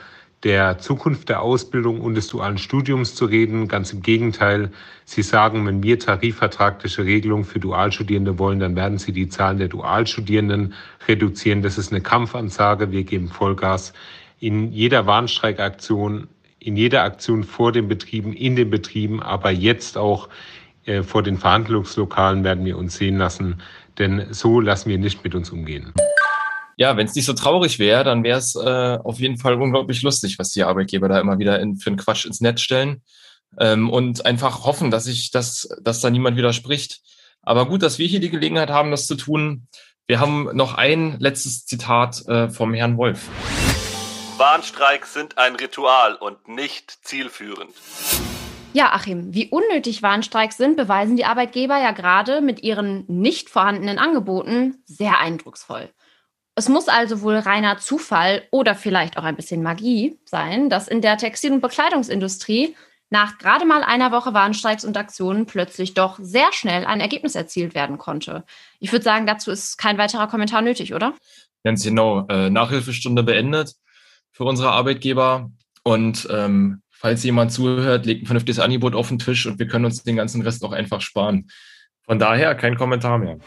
der Zukunft der Ausbildung und des dualen Studiums zu reden. Ganz im Gegenteil. Sie sagen, wenn wir tarifvertragliche Regelungen für Dualstudierende wollen, dann werden Sie die Zahlen der Dualstudierenden reduzieren. Das ist eine Kampfansage. Wir geben Vollgas in jeder Warnstreikaktion, in jeder Aktion vor den Betrieben, in den Betrieben, aber jetzt auch vor den Verhandlungslokalen werden wir uns sehen lassen, denn so lassen wir nicht mit uns umgehen. Ja, wenn es nicht so traurig wäre, dann wäre es auf jeden Fall unglaublich lustig, was die Arbeitgeber da immer wieder für einen Quatsch ins Netz stellen und einfach hoffen, dass da niemand widerspricht. Aber gut, dass wir hier die Gelegenheit haben, das zu tun. Wir haben noch ein letztes Zitat vom Herrn Wolf. Warnstreiks sind ein Ritual und nicht zielführend. Ja, Achim, wie unnötig Warnstreiks sind, beweisen die Arbeitgeber ja gerade mit ihren nicht vorhandenen Angeboten sehr eindrucksvoll. Es muss also wohl reiner Zufall oder vielleicht auch ein bisschen Magie sein, dass in der Textil- und Bekleidungsindustrie nach gerade mal einer Woche Warnstreiks und Aktionen plötzlich doch sehr schnell ein Ergebnis erzielt werden konnte. Ich würde sagen, dazu ist kein weiterer Kommentar nötig, oder? Ganz genau. Nachhilfestunde beendet für unsere Arbeitgeber. Und falls jemand zuhört, legt ein vernünftiges Angebot auf den Tisch und wir können uns den ganzen Rest auch einfach sparen. Von daher kein Kommentar mehr.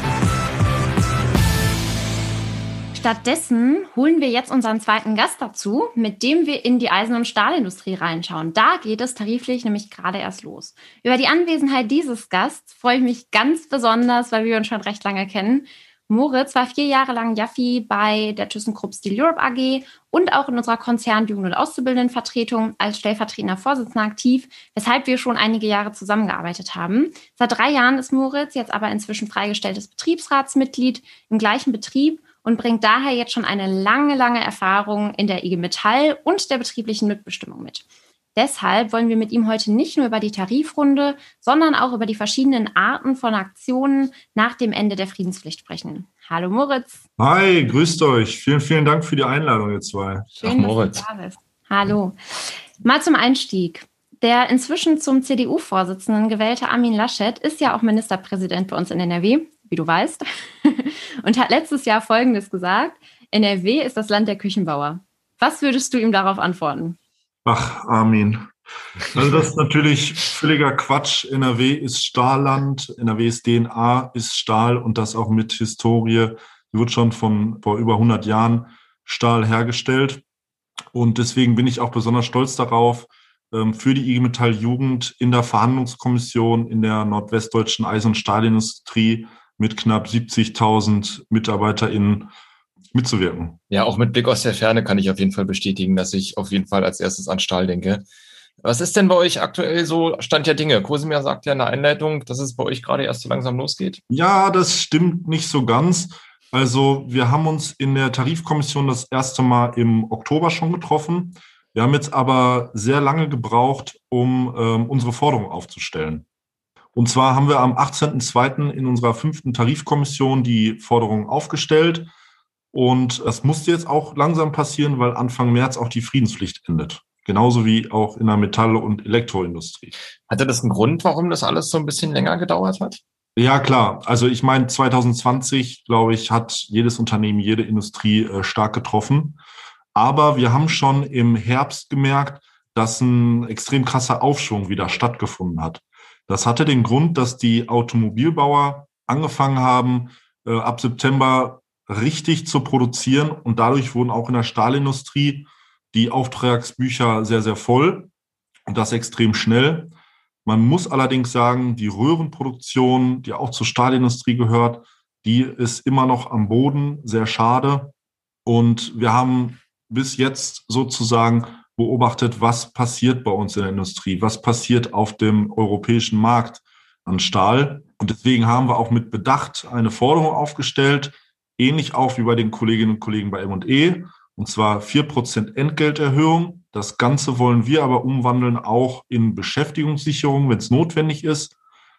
Stattdessen holen wir jetzt unseren zweiten Gast dazu, mit dem wir in die Eisen- und Stahlindustrie reinschauen. Da geht es tariflich nämlich gerade erst los. Über die Anwesenheit dieses Gasts freue ich mich ganz besonders, weil wir uns schon recht lange kennen. Moritz war 4 Jahre lang Jaffi bei der ThyssenKrupp Steel Europe AG und auch in unserer Konzern-Jugend- und Auszubildendenvertretung als stellvertretender Vorsitzender aktiv, weshalb wir schon einige Jahre zusammengearbeitet haben. Seit 3 Jahren ist Moritz jetzt aber inzwischen freigestelltes Betriebsratsmitglied im gleichen Betrieb und bringt daher jetzt schon eine lange Erfahrung in der IG Metall und der betrieblichen Mitbestimmung mit. Deshalb wollen wir mit ihm heute nicht nur über die Tarifrunde, sondern auch über die verschiedenen Arten von Aktionen nach dem Ende der Friedenspflicht sprechen. Hallo Moritz. Hi, grüßt euch. Vielen Dank für die Einladung, ihr zwei. Schön, dass du da bist. Hallo. Mal zum Einstieg. Der inzwischen zum CDU-Vorsitzenden gewählte Armin Laschet ist ja auch Ministerpräsident bei uns in NRW, wie du weißt, und hat letztes Jahr Folgendes gesagt: NRW ist das Land der Küchenbauer. Was würdest du ihm darauf antworten? Ach, Armin. Also das ist natürlich völliger Quatsch. NRW ist Stahlland, NRWs DNA ist Stahl und das auch mit Historie. Hier wird schon vor über 100 Jahren Stahl hergestellt. Und deswegen bin ich auch besonders stolz darauf, für die IG Metall Jugend in der Verhandlungskommission in der nordwestdeutschen Eisen- und Stahlindustrie mit knapp 70.000 MitarbeiterInnen mitzuwirken. Ja, auch mit Blick aus der Ferne kann ich auf jeden Fall bestätigen, dass ich auf jeden Fall als erstes an Stahl denke. Was ist denn bei euch aktuell so Stand der Dinge? Kosimir sagt ja in der Einleitung, dass es bei euch gerade erst so langsam losgeht. Ja, das stimmt nicht so ganz. Also wir haben uns in der Tarifkommission das erste Mal im Oktober schon getroffen. Wir haben jetzt aber sehr lange gebraucht, um unsere Forderung aufzustellen. Und zwar haben wir am 18.02. in unserer 5. Tarifkommission die Forderung aufgestellt. Und das musste jetzt auch langsam passieren, weil Anfang März auch die Friedenspflicht endet. Genauso wie auch in der Metall- und Elektroindustrie. Hatte das einen Grund, warum das alles so ein bisschen länger gedauert hat? Ja, klar. Also ich meine, 2020, glaube ich, hat jedes Unternehmen, jede Industrie stark getroffen. Aber wir haben schon im Herbst gemerkt, dass ein extrem krasser Aufschwung wieder stattgefunden hat. Das hatte den Grund, dass die Automobilbauer angefangen haben, ab September richtig zu produzieren. Und dadurch wurden auch in der Stahlindustrie die Auftragsbücher sehr, sehr voll und das extrem schnell. Man muss allerdings sagen, die Röhrenproduktion, die auch zur Stahlindustrie gehört, die ist immer noch am Boden, sehr schade. Und wir haben bis jetzt sozusagen beobachtet, was passiert bei uns in der Industrie, was passiert auf dem europäischen Markt an Stahl. Und deswegen haben wir auch mit Bedacht eine Forderung aufgestellt, ähnlich auch wie bei den Kolleginnen und Kollegen bei M&E, und zwar 4% Entgelterhöhung. Das Ganze wollen wir aber umwandeln auch in Beschäftigungssicherung, wenn es notwendig ist,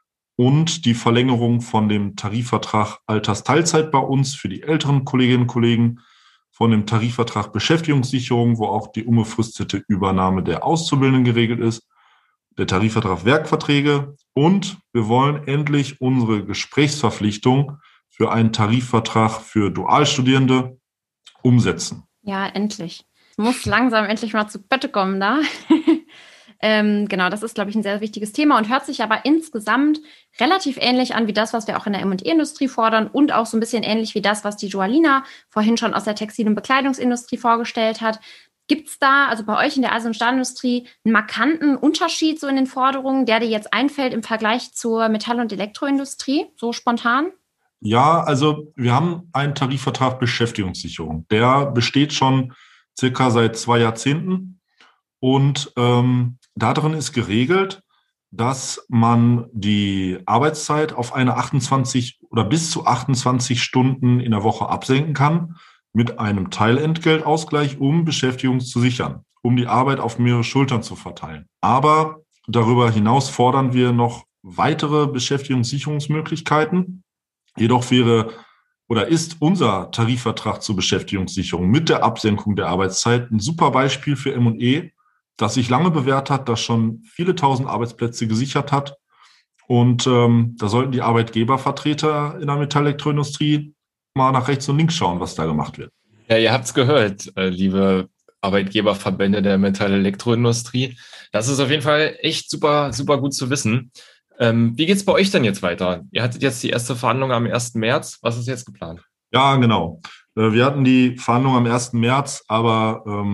und die Verlängerung von dem Tarifvertrag Altersteilzeit bei uns für die älteren Kolleginnen und Kollegen, von dem Tarifvertrag Beschäftigungssicherung, wo auch die unbefristete Übernahme der Auszubildenden geregelt ist, der Tarifvertrag Werkverträge, und wir wollen endlich unsere Gesprächsverpflichtung für einen Tarifvertrag für Dualstudierende umsetzen. Ja, endlich. Jetzt muss langsam endlich mal zu Bette kommen da. Genau, das ist, glaube ich, ein sehr wichtiges Thema und hört sich aber insgesamt relativ ähnlich an wie das, was wir auch in der M&E-Industrie fordern und auch so ein bisschen ähnlich wie das, was die Joalina vorhin schon aus der Textil- und Bekleidungsindustrie vorgestellt hat. Gibt es da, also bei euch in der Eisen- und Stahlindustrie, einen markanten Unterschied so in den Forderungen, der dir jetzt einfällt im Vergleich zur Metall- und Elektroindustrie, so spontan? Ja, also wir haben einen Tarifvertrag Beschäftigungssicherung. Der besteht schon circa seit 2 Jahrzehnten. Und darin ist geregelt, dass man die Arbeitszeit auf eine 28 oder bis zu 28 Stunden in der Woche absenken kann mit einem Teilentgeltausgleich, um Beschäftigung zu sichern, um die Arbeit auf mehrere Schultern zu verteilen. Aber darüber hinaus fordern wir noch weitere Beschäftigungssicherungsmöglichkeiten. Jedoch ist unser Tarifvertrag zur Beschäftigungssicherung mit der Absenkung der Arbeitszeit ein super Beispiel für M&E, das sich lange bewährt hat, das schon viele tausend Arbeitsplätze gesichert hat. Und da sollten die Arbeitgebervertreter in der Metallelektroindustrie mal nach rechts und links schauen, was da gemacht wird. Ja, ihr habt's gehört, liebe Arbeitgeberverbände der Metallelektroindustrie. Das ist auf jeden Fall echt super, super gut zu wissen. Wie geht's bei euch denn jetzt weiter? Ihr hattet jetzt die erste Verhandlung am 1. März. Was ist jetzt geplant? Ja, genau. Wir hatten die Verhandlung am 1. März, aber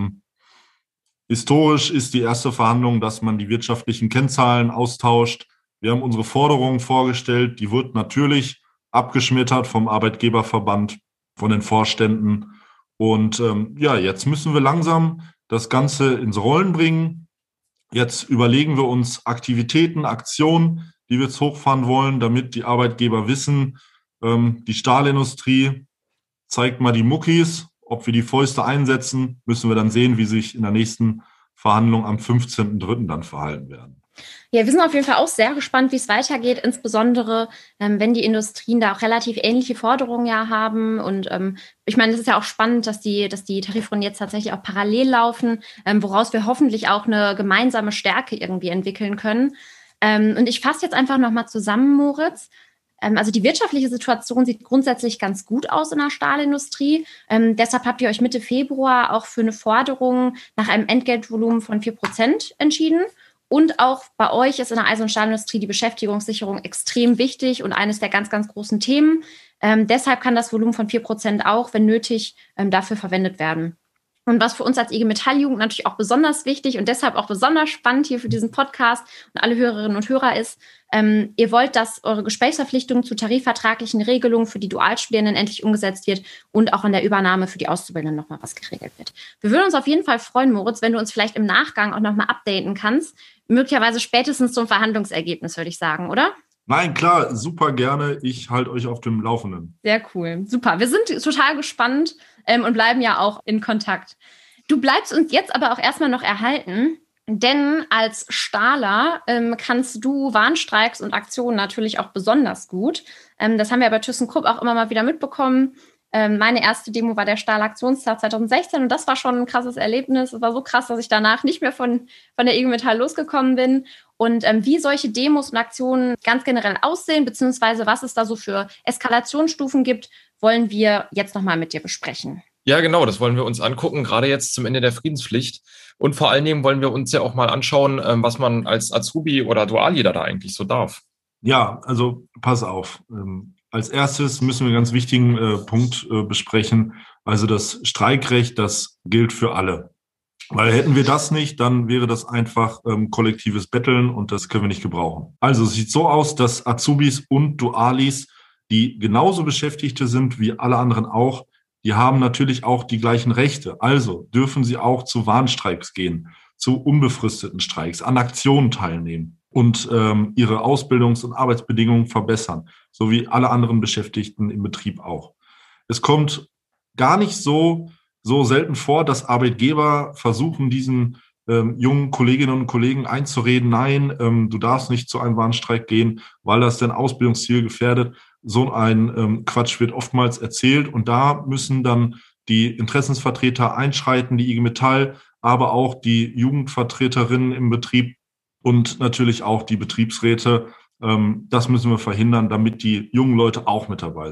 historisch ist die erste Verhandlung, dass man die wirtschaftlichen Kennzahlen austauscht. Wir haben unsere Forderungen vorgestellt. Die wird natürlich abgeschmettert vom Arbeitgeberverband, von den Vorständen. Und jetzt müssen wir langsam das Ganze ins Rollen bringen. Jetzt überlegen wir uns Aktivitäten, Aktionen, die wir jetzt hochfahren wollen, damit die Arbeitgeber wissen, die Stahlindustrie zeigt mal die Muckis. Ob wir die Fäuste einsetzen, müssen wir dann sehen, wie sich in der nächsten Verhandlung am 15.03. dann verhalten werden. Ja, wir sind auf jeden Fall auch sehr gespannt, wie es weitergeht, insbesondere wenn die Industrien da auch relativ ähnliche Forderungen ja haben. Und ich meine, es ist ja auch spannend, dass die Tarifrunden jetzt tatsächlich auch parallel laufen, woraus wir hoffentlich auch eine gemeinsame Stärke irgendwie entwickeln können. Und ich fasse jetzt einfach nochmal zusammen, Moritz. Also die wirtschaftliche Situation sieht grundsätzlich ganz gut aus in der Stahlindustrie. Deshalb habt ihr euch Mitte Februar auch für eine Forderung nach einem Entgeltvolumen von 4% entschieden. Und auch bei euch ist in der Eisen- und Stahlindustrie die Beschäftigungssicherung extrem wichtig und eines der ganz, ganz großen Themen. Deshalb kann das Volumen von 4% auch, wenn nötig, dafür verwendet werden. Und was für uns als IG Metall-Jugend natürlich auch besonders wichtig und deshalb auch besonders spannend hier für diesen Podcast und alle Hörerinnen und Hörer ist, ihr wollt, dass eure Gesprächsverpflichtung zu tarifvertraglichen Regelungen für die Dualstudierenden endlich umgesetzt wird und auch an der Übernahme für die Auszubildenden nochmal was geregelt wird. Wir würden uns auf jeden Fall freuen, Moritz, wenn du uns vielleicht im Nachgang auch nochmal updaten kannst. Möglicherweise spätestens zum Verhandlungsergebnis, würde ich sagen, oder? Nein, klar, super gerne. Ich halte euch auf dem Laufenden. Sehr cool, super. Wir sind total gespannt und bleiben ja auch in Kontakt. Du bleibst uns jetzt aber auch erstmal noch erhalten, denn als Stahler kannst du Warnstreiks und Aktionen natürlich auch besonders gut. Das haben wir bei ThyssenKrupp auch immer mal wieder mitbekommen. Meine erste Demo war der Stahlaktionstag 2016 und das war schon ein krasses Erlebnis. Es war so krass, dass ich danach nicht mehr von der IG Metall losgekommen bin. Und wie solche Demos und Aktionen ganz generell aussehen, beziehungsweise was es da so für Eskalationsstufen gibt, wollen wir jetzt nochmal mit dir besprechen. Ja, genau, das wollen wir uns angucken, gerade jetzt zum Ende der Friedenspflicht. Und vor allen Dingen wollen wir uns ja auch mal anschauen, was man als Azubi oder Duali da eigentlich so darf. Ja, also pass auf. Als erstes müssen wir einen ganz wichtigen Punkt besprechen. Also das Streikrecht, das gilt für alle. Weil hätten wir das nicht, dann wäre das einfach kollektives Betteln und das können wir nicht gebrauchen. Also es sieht so aus, dass Azubis und Dualis, die genauso Beschäftigte sind wie alle anderen auch, die haben natürlich auch die gleichen Rechte. Also dürfen sie auch zu Warnstreiks gehen, zu unbefristeten Streiks, an Aktionen teilnehmen und ihre Ausbildungs- und Arbeitsbedingungen verbessern, so wie alle anderen Beschäftigten im Betrieb auch. Es kommt gar nicht so selten vor, dass Arbeitgeber versuchen, diesen jungen Kolleginnen und Kollegen einzureden, nein, du darfst nicht zu einem Warnstreik gehen, weil das dein Ausbildungsziel gefährdet. So ein Quatsch wird oftmals erzählt und da müssen dann die Interessensvertreter einschreiten, die IG Metall, aber auch die Jugendvertreterinnen im Betrieb und natürlich auch die Betriebsräte. Das müssen wir verhindern, damit die jungen Leute auch mit dabei sind.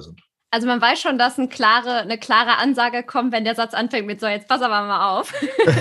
Also man weiß schon, dass eine klare Ansage kommt, wenn der Satz anfängt mit so, jetzt pass aber mal auf.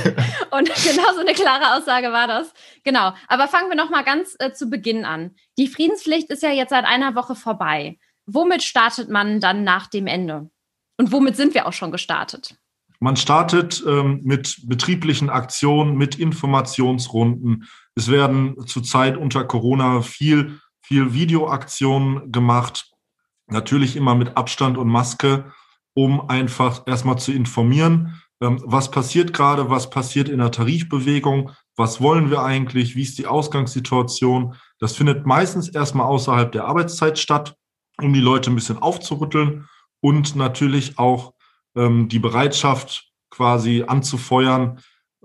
Und genau so eine klare Aussage war das. Genau. Aber fangen wir noch mal ganz zu Beginn an. Die Friedenspflicht ist ja jetzt seit einer Woche vorbei. Womit startet man dann nach dem Ende? Und womit sind wir auch schon gestartet? Man startet mit betrieblichen Aktionen, mit Informationsrunden. Es werden zurzeit unter Corona viel Videoaktionen gemacht. Natürlich immer mit Abstand und Maske, um einfach erstmal zu informieren, was passiert gerade, was passiert in der Tarifbewegung, was wollen wir eigentlich, wie ist die Ausgangssituation. Das findet meistens erstmal außerhalb der Arbeitszeit statt, um die Leute ein bisschen aufzurütteln und natürlich auch die Bereitschaft quasi anzufeuern,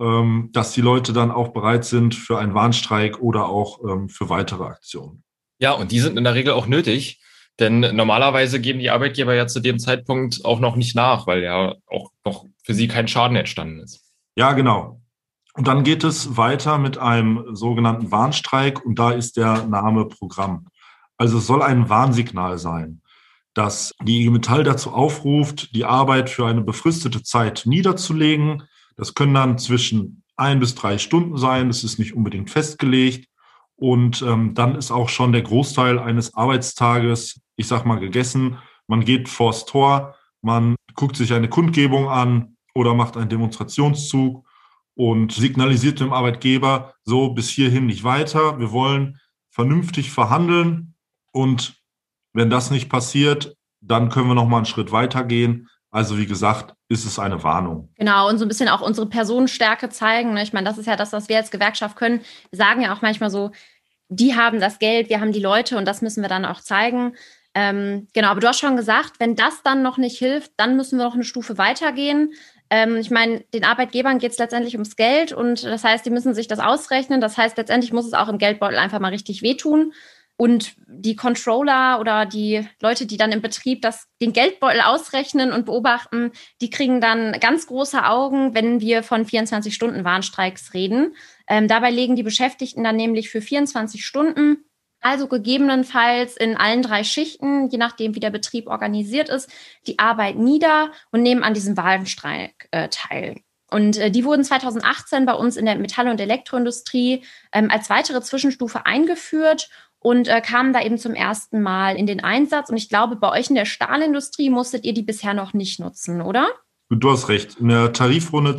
dass die Leute dann auch bereit sind für einen Warnstreik oder auch für weitere Aktionen. Ja, und die sind in der Regel auch nötig. Denn normalerweise geben die Arbeitgeber ja zu dem Zeitpunkt auch noch nicht nach, weil ja auch noch für sie kein Schaden entstanden ist. Ja, genau. Und dann geht es weiter mit einem sogenannten Warnstreik und da ist der Name Programm. Also es soll ein Warnsignal sein, dass die IG Metall dazu aufruft, die Arbeit für eine befristete Zeit niederzulegen. Das können dann zwischen 1 bis 3 Stunden sein, das ist nicht unbedingt festgelegt. Und dann ist auch schon der Großteil eines Arbeitstages, ich sag mal, gegessen. Man geht vors Tor, man guckt sich eine Kundgebung an oder macht einen Demonstrationszug und signalisiert dem Arbeitgeber, so bis hierhin nicht weiter. Wir wollen vernünftig verhandeln und wenn das nicht passiert, dann können wir noch mal einen Schritt weitergehen. Also wie gesagt, ist es eine Warnung. Genau, und so ein bisschen auch unsere Personenstärke zeigen. Ich meine, das ist ja das, was wir als Gewerkschaft können. Wir sagen ja auch manchmal so, die haben das Geld, wir haben die Leute und das müssen wir dann auch zeigen. Genau, aber du hast schon gesagt, wenn das dann noch nicht hilft, dann müssen wir noch eine Stufe weitergehen. Ich meine, den Arbeitgebern geht es letztendlich ums Geld und das heißt, die müssen sich das ausrechnen. Das heißt, letztendlich muss es auch im Geldbeutel einfach mal richtig wehtun. Und die Controller oder die Leute, die dann im Betrieb den Geldbeutel ausrechnen und beobachten, die kriegen dann ganz große Augen, wenn wir von 24-Stunden-Warnstreiks reden. Dabei legen die Beschäftigten dann nämlich für 24 Stunden, also gegebenenfalls in allen 3 Schichten, je nachdem, wie der Betrieb organisiert ist, die Arbeit nieder und nehmen an diesem Warnstreik teil. Und die wurden 2018 bei uns in der Metall- und Elektroindustrie als weitere Zwischenstufe eingeführt und kamen da eben zum ersten Mal in den Einsatz. Und ich glaube, bei euch in der Stahlindustrie musstet ihr die bisher noch nicht nutzen, oder? Du hast recht. In der Tarifrunde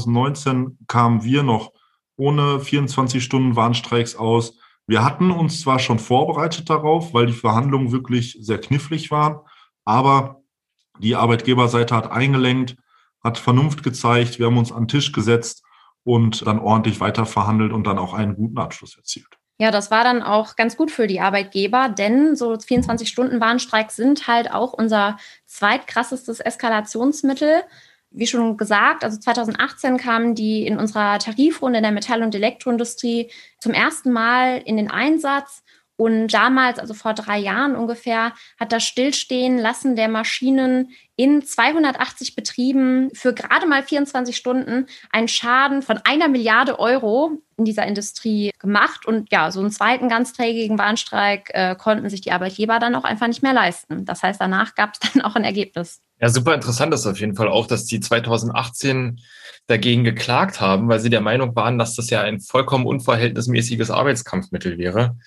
2019 kamen wir noch ohne 24-Stunden-Warnstreiks aus. Wir hatten uns zwar schon vorbereitet darauf, weil die Verhandlungen wirklich sehr knifflig waren, aber die Arbeitgeberseite hat eingelenkt, hat Vernunft gezeigt, wir haben uns an den Tisch gesetzt und dann ordentlich weiter verhandelt und dann auch einen guten Abschluss erzielt. Ja, das war dann auch ganz gut für die Arbeitgeber, denn so 24-Stunden-Warnstreiks sind halt auch unser zweitkrassestes Eskalationsmittel. Wie schon gesagt, also 2018 kamen die in unserer Tarifrunde in der Metall- und Elektroindustrie zum ersten Mal in den Einsatz. Und damals, also vor 3 Jahren ungefähr, hat das Stillstehen lassen der Maschinen in 280 Betrieben für gerade mal 24 Stunden einen Schaden von 1 Milliarde Euro in dieser Industrie gemacht. Und ja, so einen zweiten ganztägigen Warnstreik konnten sich die Arbeitgeber dann auch einfach nicht mehr leisten. Das heißt, danach gab es dann auch ein Ergebnis. Ja, super interessant ist auf jeden Fall auch, dass die 2018 dagegen geklagt haben, weil sie der Meinung waren, dass das ja ein vollkommen unverhältnismäßiges Arbeitskampfmittel wäre.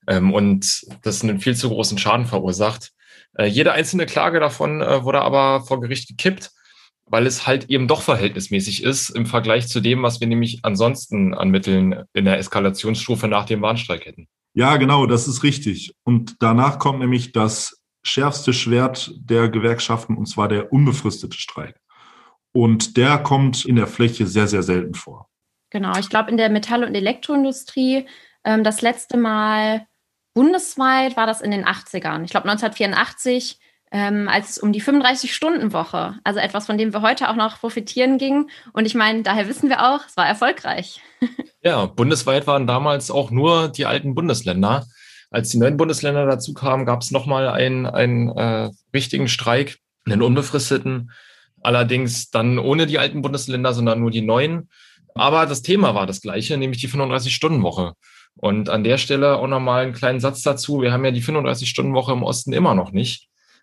Und das einen viel zu großen Schaden verursacht. Jede einzelne Klage davon wurde aber vor Gericht gekippt, weil es halt eben doch verhältnismäßig ist im Vergleich zu dem, was wir nämlich ansonsten an Mitteln in der Eskalationsstufe nach dem Warnstreik hätten. Ja, genau, das ist richtig. Und danach kommt nämlich das schärfste Schwert der Gewerkschaften, und zwar der unbefristete Streik. Und der kommt in der Fläche sehr, sehr selten vor. Genau, ich glaube, in der Metall- und Elektroindustrie das letzte Mal bundesweit war das in den 80ern. Ich glaube 1984, als es um die 35-Stunden-Woche, also etwas, von dem wir heute auch noch profitieren ging. Und ich meine, daher wissen wir auch, es war erfolgreich. Ja, bundesweit waren damals auch nur die alten Bundesländer. Als die neuen Bundesländer dazu kamen, gab es nochmal einen richtigen Streik, einen unbefristeten. Allerdings dann ohne die alten Bundesländer, sondern nur die neuen. Aber das Thema war das gleiche, nämlich die 35-Stunden-Woche. Und an der Stelle auch nochmal einen kleinen Satz dazu. Wir haben ja die 35-Stunden-Woche im Osten immer noch nicht.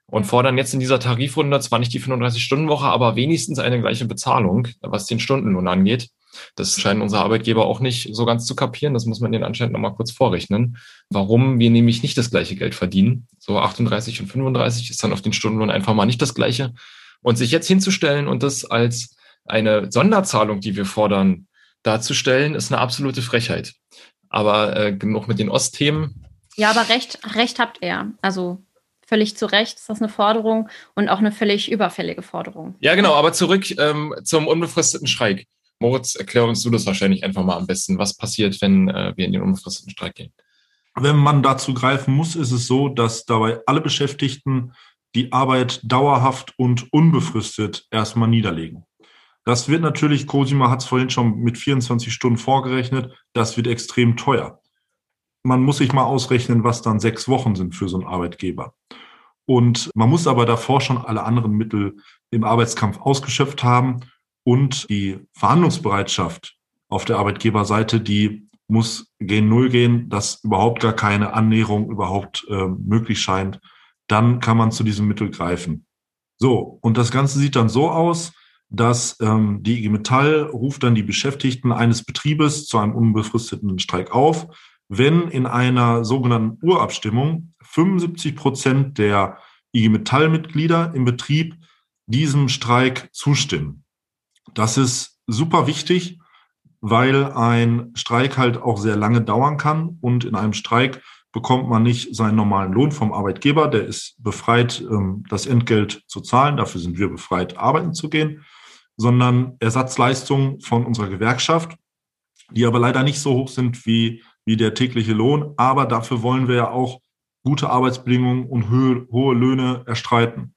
und fordern jetzt in dieser Tarifrunde zwar nicht die 35-Stunden-Woche, aber wenigstens eine gleiche Bezahlung, was den Stundenlohn angeht. Das scheinen unsere Arbeitgeber auch nicht so ganz zu kapieren. Das muss man denen anscheinend nochmal kurz vorrechnen. Warum wir nämlich nicht das gleiche Geld verdienen. So 38 und 35 ist dann auf den Stundenlohn einfach mal nicht das Gleiche. Und sich jetzt hinzustellen und das als eine Sonderzahlung, die wir fordern, darzustellen, ist eine absolute Frechheit. Aber genug mit den Ostthemen. Ja, aber Recht habt ihr. Also völlig zu Recht ist das eine Forderung und auch eine völlig überfällige Forderung. Ja, genau. Aber zurück zum unbefristeten Streik. Moritz, erklär uns du das wahrscheinlich einfach mal am besten. Was passiert, wenn wir in den unbefristeten Streik gehen? Wenn man dazu greifen muss, ist es so, dass dabei alle Beschäftigten die Arbeit dauerhaft und unbefristet erstmal niederlegen. Das wird natürlich, Cosima hat es vorhin schon mit 24 Stunden vorgerechnet, das wird extrem teuer. Man muss sich mal ausrechnen, was dann 6 Wochen sind für so einen Arbeitgeber. Und man muss aber davor schon alle anderen Mittel im Arbeitskampf ausgeschöpft haben. Und die Verhandlungsbereitschaft auf der Arbeitgeberseite, die muss gen Null gehen, dass überhaupt gar keine Annäherung überhaupt möglich scheint. Dann kann man zu diesem Mittel greifen. So, und das Ganze sieht dann so aus, dass die IG Metall ruft dann die Beschäftigten eines Betriebes zu einem unbefristeten Streik auf, wenn in einer sogenannten Urabstimmung 75% der IG Metall-Mitglieder im Betrieb diesem Streik zustimmen. Das ist super wichtig, weil ein Streik halt auch sehr lange dauern kann und in einem Streik bekommt man nicht seinen normalen Lohn vom Arbeitgeber, der ist befreit, das Entgelt zu zahlen, dafür sind wir befreit, arbeiten zu gehen, sondern Ersatzleistungen von unserer Gewerkschaft, die aber leider nicht so hoch sind wie der tägliche Lohn, aber dafür wollen wir ja auch gute Arbeitsbedingungen und hohe Löhne erstreiten.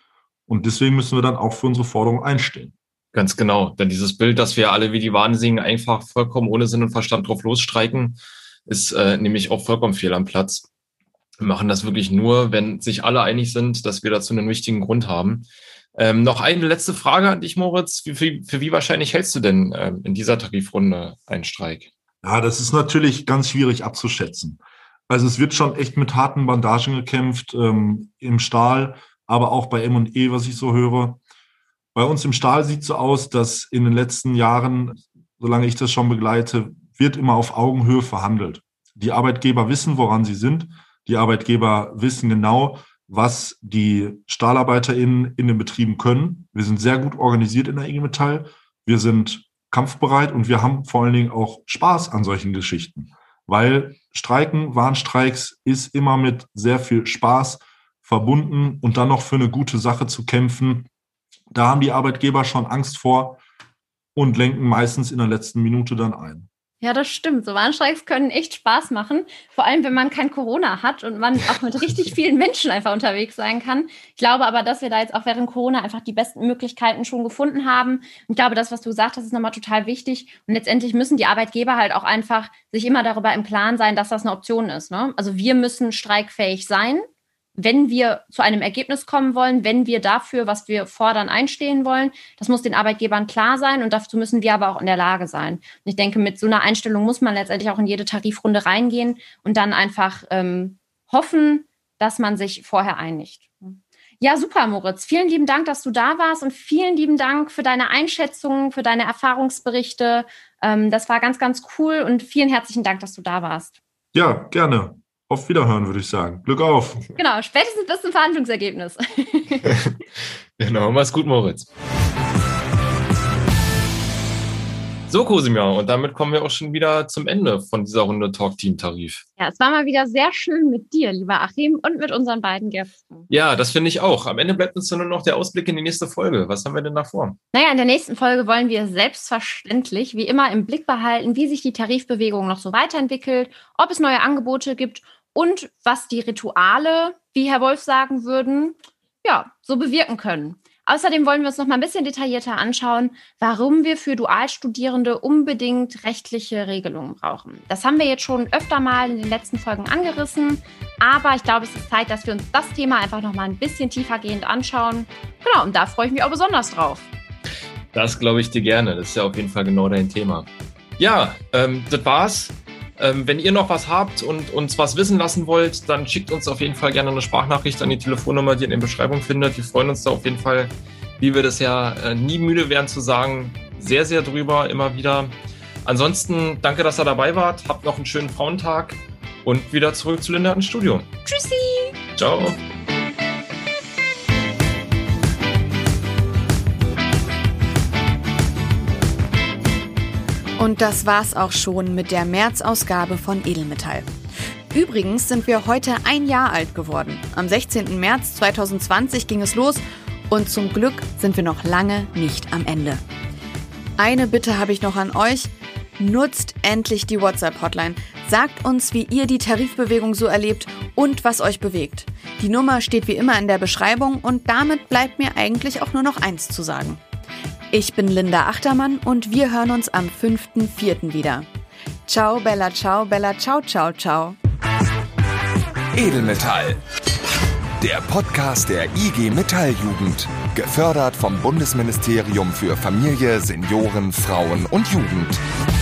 Und deswegen müssen wir dann auch für unsere Forderung einstehen. Ganz genau, denn dieses Bild, dass wir alle wie die Wahnsinnigen einfach vollkommen ohne Sinn und Verstand drauf losstreiken, ist nämlich auch vollkommen fehl am Platz. Wir machen das wirklich nur, wenn sich alle einig sind, dass wir dazu einen wichtigen Grund haben. Noch eine letzte Frage an dich, Moritz. Für wie wahrscheinlich hältst du denn in dieser Tarifrunde einen Streik? Ja, das ist natürlich ganz schwierig abzuschätzen. Also es wird schon echt mit harten Bandagen gekämpft, im Stahl, aber auch bei M&E, was ich so höre. Bei uns im Stahl sieht es so aus, dass in den letzten Jahren, solange ich das schon begleite, wird immer auf Augenhöhe verhandelt. Die Arbeitgeber wissen, woran sie sind. Die Arbeitgeber wissen genau, was die StahlarbeiterInnen in den Betrieben können. Wir sind sehr gut organisiert in der IG Metall. Wir sind kampfbereit und wir haben vor allen Dingen auch Spaß an solchen Geschichten. Weil Streiken, Warnstreiks ist immer mit sehr viel Spaß verbunden und dann noch für eine gute Sache zu kämpfen. Da haben die Arbeitgeber schon Angst vor und lenken meistens in der letzten Minute dann ein. Ja, das stimmt. So Warnstreiks können echt Spaß machen. Vor allem, wenn man kein Corona hat und man auch mit richtig vielen Menschen einfach unterwegs sein kann. Ich glaube aber, dass wir da jetzt auch während Corona einfach die besten Möglichkeiten schon gefunden haben. Und ich glaube, das, was du sagst, das ist nochmal total wichtig. Und letztendlich müssen die Arbeitgeber halt auch einfach sich immer darüber im Klaren sein, dass das eine Option ist, ne? Also wir müssen streikfähig sein, wenn wir zu einem Ergebnis kommen wollen, wenn wir dafür, was wir fordern, einstehen wollen. Das muss den Arbeitgebern klar sein und dazu müssen wir aber auch in der Lage sein. Und ich denke, mit so einer Einstellung muss man letztendlich auch in jede Tarifrunde reingehen und dann einfach hoffen, dass man sich vorher einigt. Ja, super, Moritz. Vielen lieben Dank, dass du da warst und vielen lieben Dank für deine Einschätzungen, für deine Erfahrungsberichte. Das war ganz, ganz cool und vielen herzlichen Dank, dass du da warst. Ja, gerne. Auf Wiederhören, würde ich sagen. Glück auf. Genau, spätestens bis zum Verhandlungsergebnis. Genau, mach's gut, Moritz. So, Cosima, und damit kommen wir auch schon wieder zum Ende von dieser Runde Talk-Team-Tarif. Ja, es war mal wieder sehr schön mit dir, lieber Achim, und mit unseren beiden Gästen. Ja, das finde ich auch. Am Ende bleibt uns nur noch der Ausblick in die nächste Folge. Was haben wir denn da vor? Naja, in der nächsten Folge wollen wir selbstverständlich wie immer im Blick behalten, wie sich die Tarifbewegung noch so weiterentwickelt, ob es neue Angebote gibt und was die Rituale, wie Herr Wolf sagen würden, ja, so bewirken können. Außerdem wollen wir uns noch mal ein bisschen detaillierter anschauen, warum wir für Dualstudierende unbedingt rechtliche Regelungen brauchen. Das haben wir jetzt schon öfter mal in den letzten Folgen angerissen, aber ich glaube, es ist Zeit, dass wir uns das Thema einfach noch mal ein bisschen tiefergehend anschauen. Genau, und da freue ich mich auch besonders drauf. Das glaube ich dir gerne. Das ist ja auf jeden Fall genau dein Thema. Ja, das war's. Wenn ihr noch was habt und uns was wissen lassen wollt, dann schickt uns auf jeden Fall gerne eine Sprachnachricht an die Telefonnummer, die ihr in der Beschreibung findet. Wir freuen uns da auf jeden Fall, wie wir das ja nie müde werden zu sagen, sehr, sehr drüber, immer wieder. Ansonsten danke, dass ihr dabei wart. Habt noch einen schönen Frauentag und wieder zurück zu Linda ins Studio. Tschüssi! Ciao! Und das war's auch schon mit der März-Ausgabe von Edelmetall. Übrigens sind wir heute 1 Jahr alt geworden. Am 16. März 2020 ging es los und zum Glück sind wir noch lange nicht am Ende. Eine Bitte habe ich noch an euch. Nutzt endlich die WhatsApp-Hotline. Sagt uns, wie ihr die Tarifbewegung so erlebt und was euch bewegt. Die Nummer steht wie immer in der Beschreibung und damit bleibt mir eigentlich auch nur noch eins zu sagen. Ich bin Linda Achtermann und wir hören uns am 5.4. wieder. Ciao, Bella, ciao, Bella, ciao, ciao, ciao. Edelmetall. Der Podcast der IG Metalljugend. Gefördert vom Bundesministerium für Familie, Senioren, Frauen und Jugend.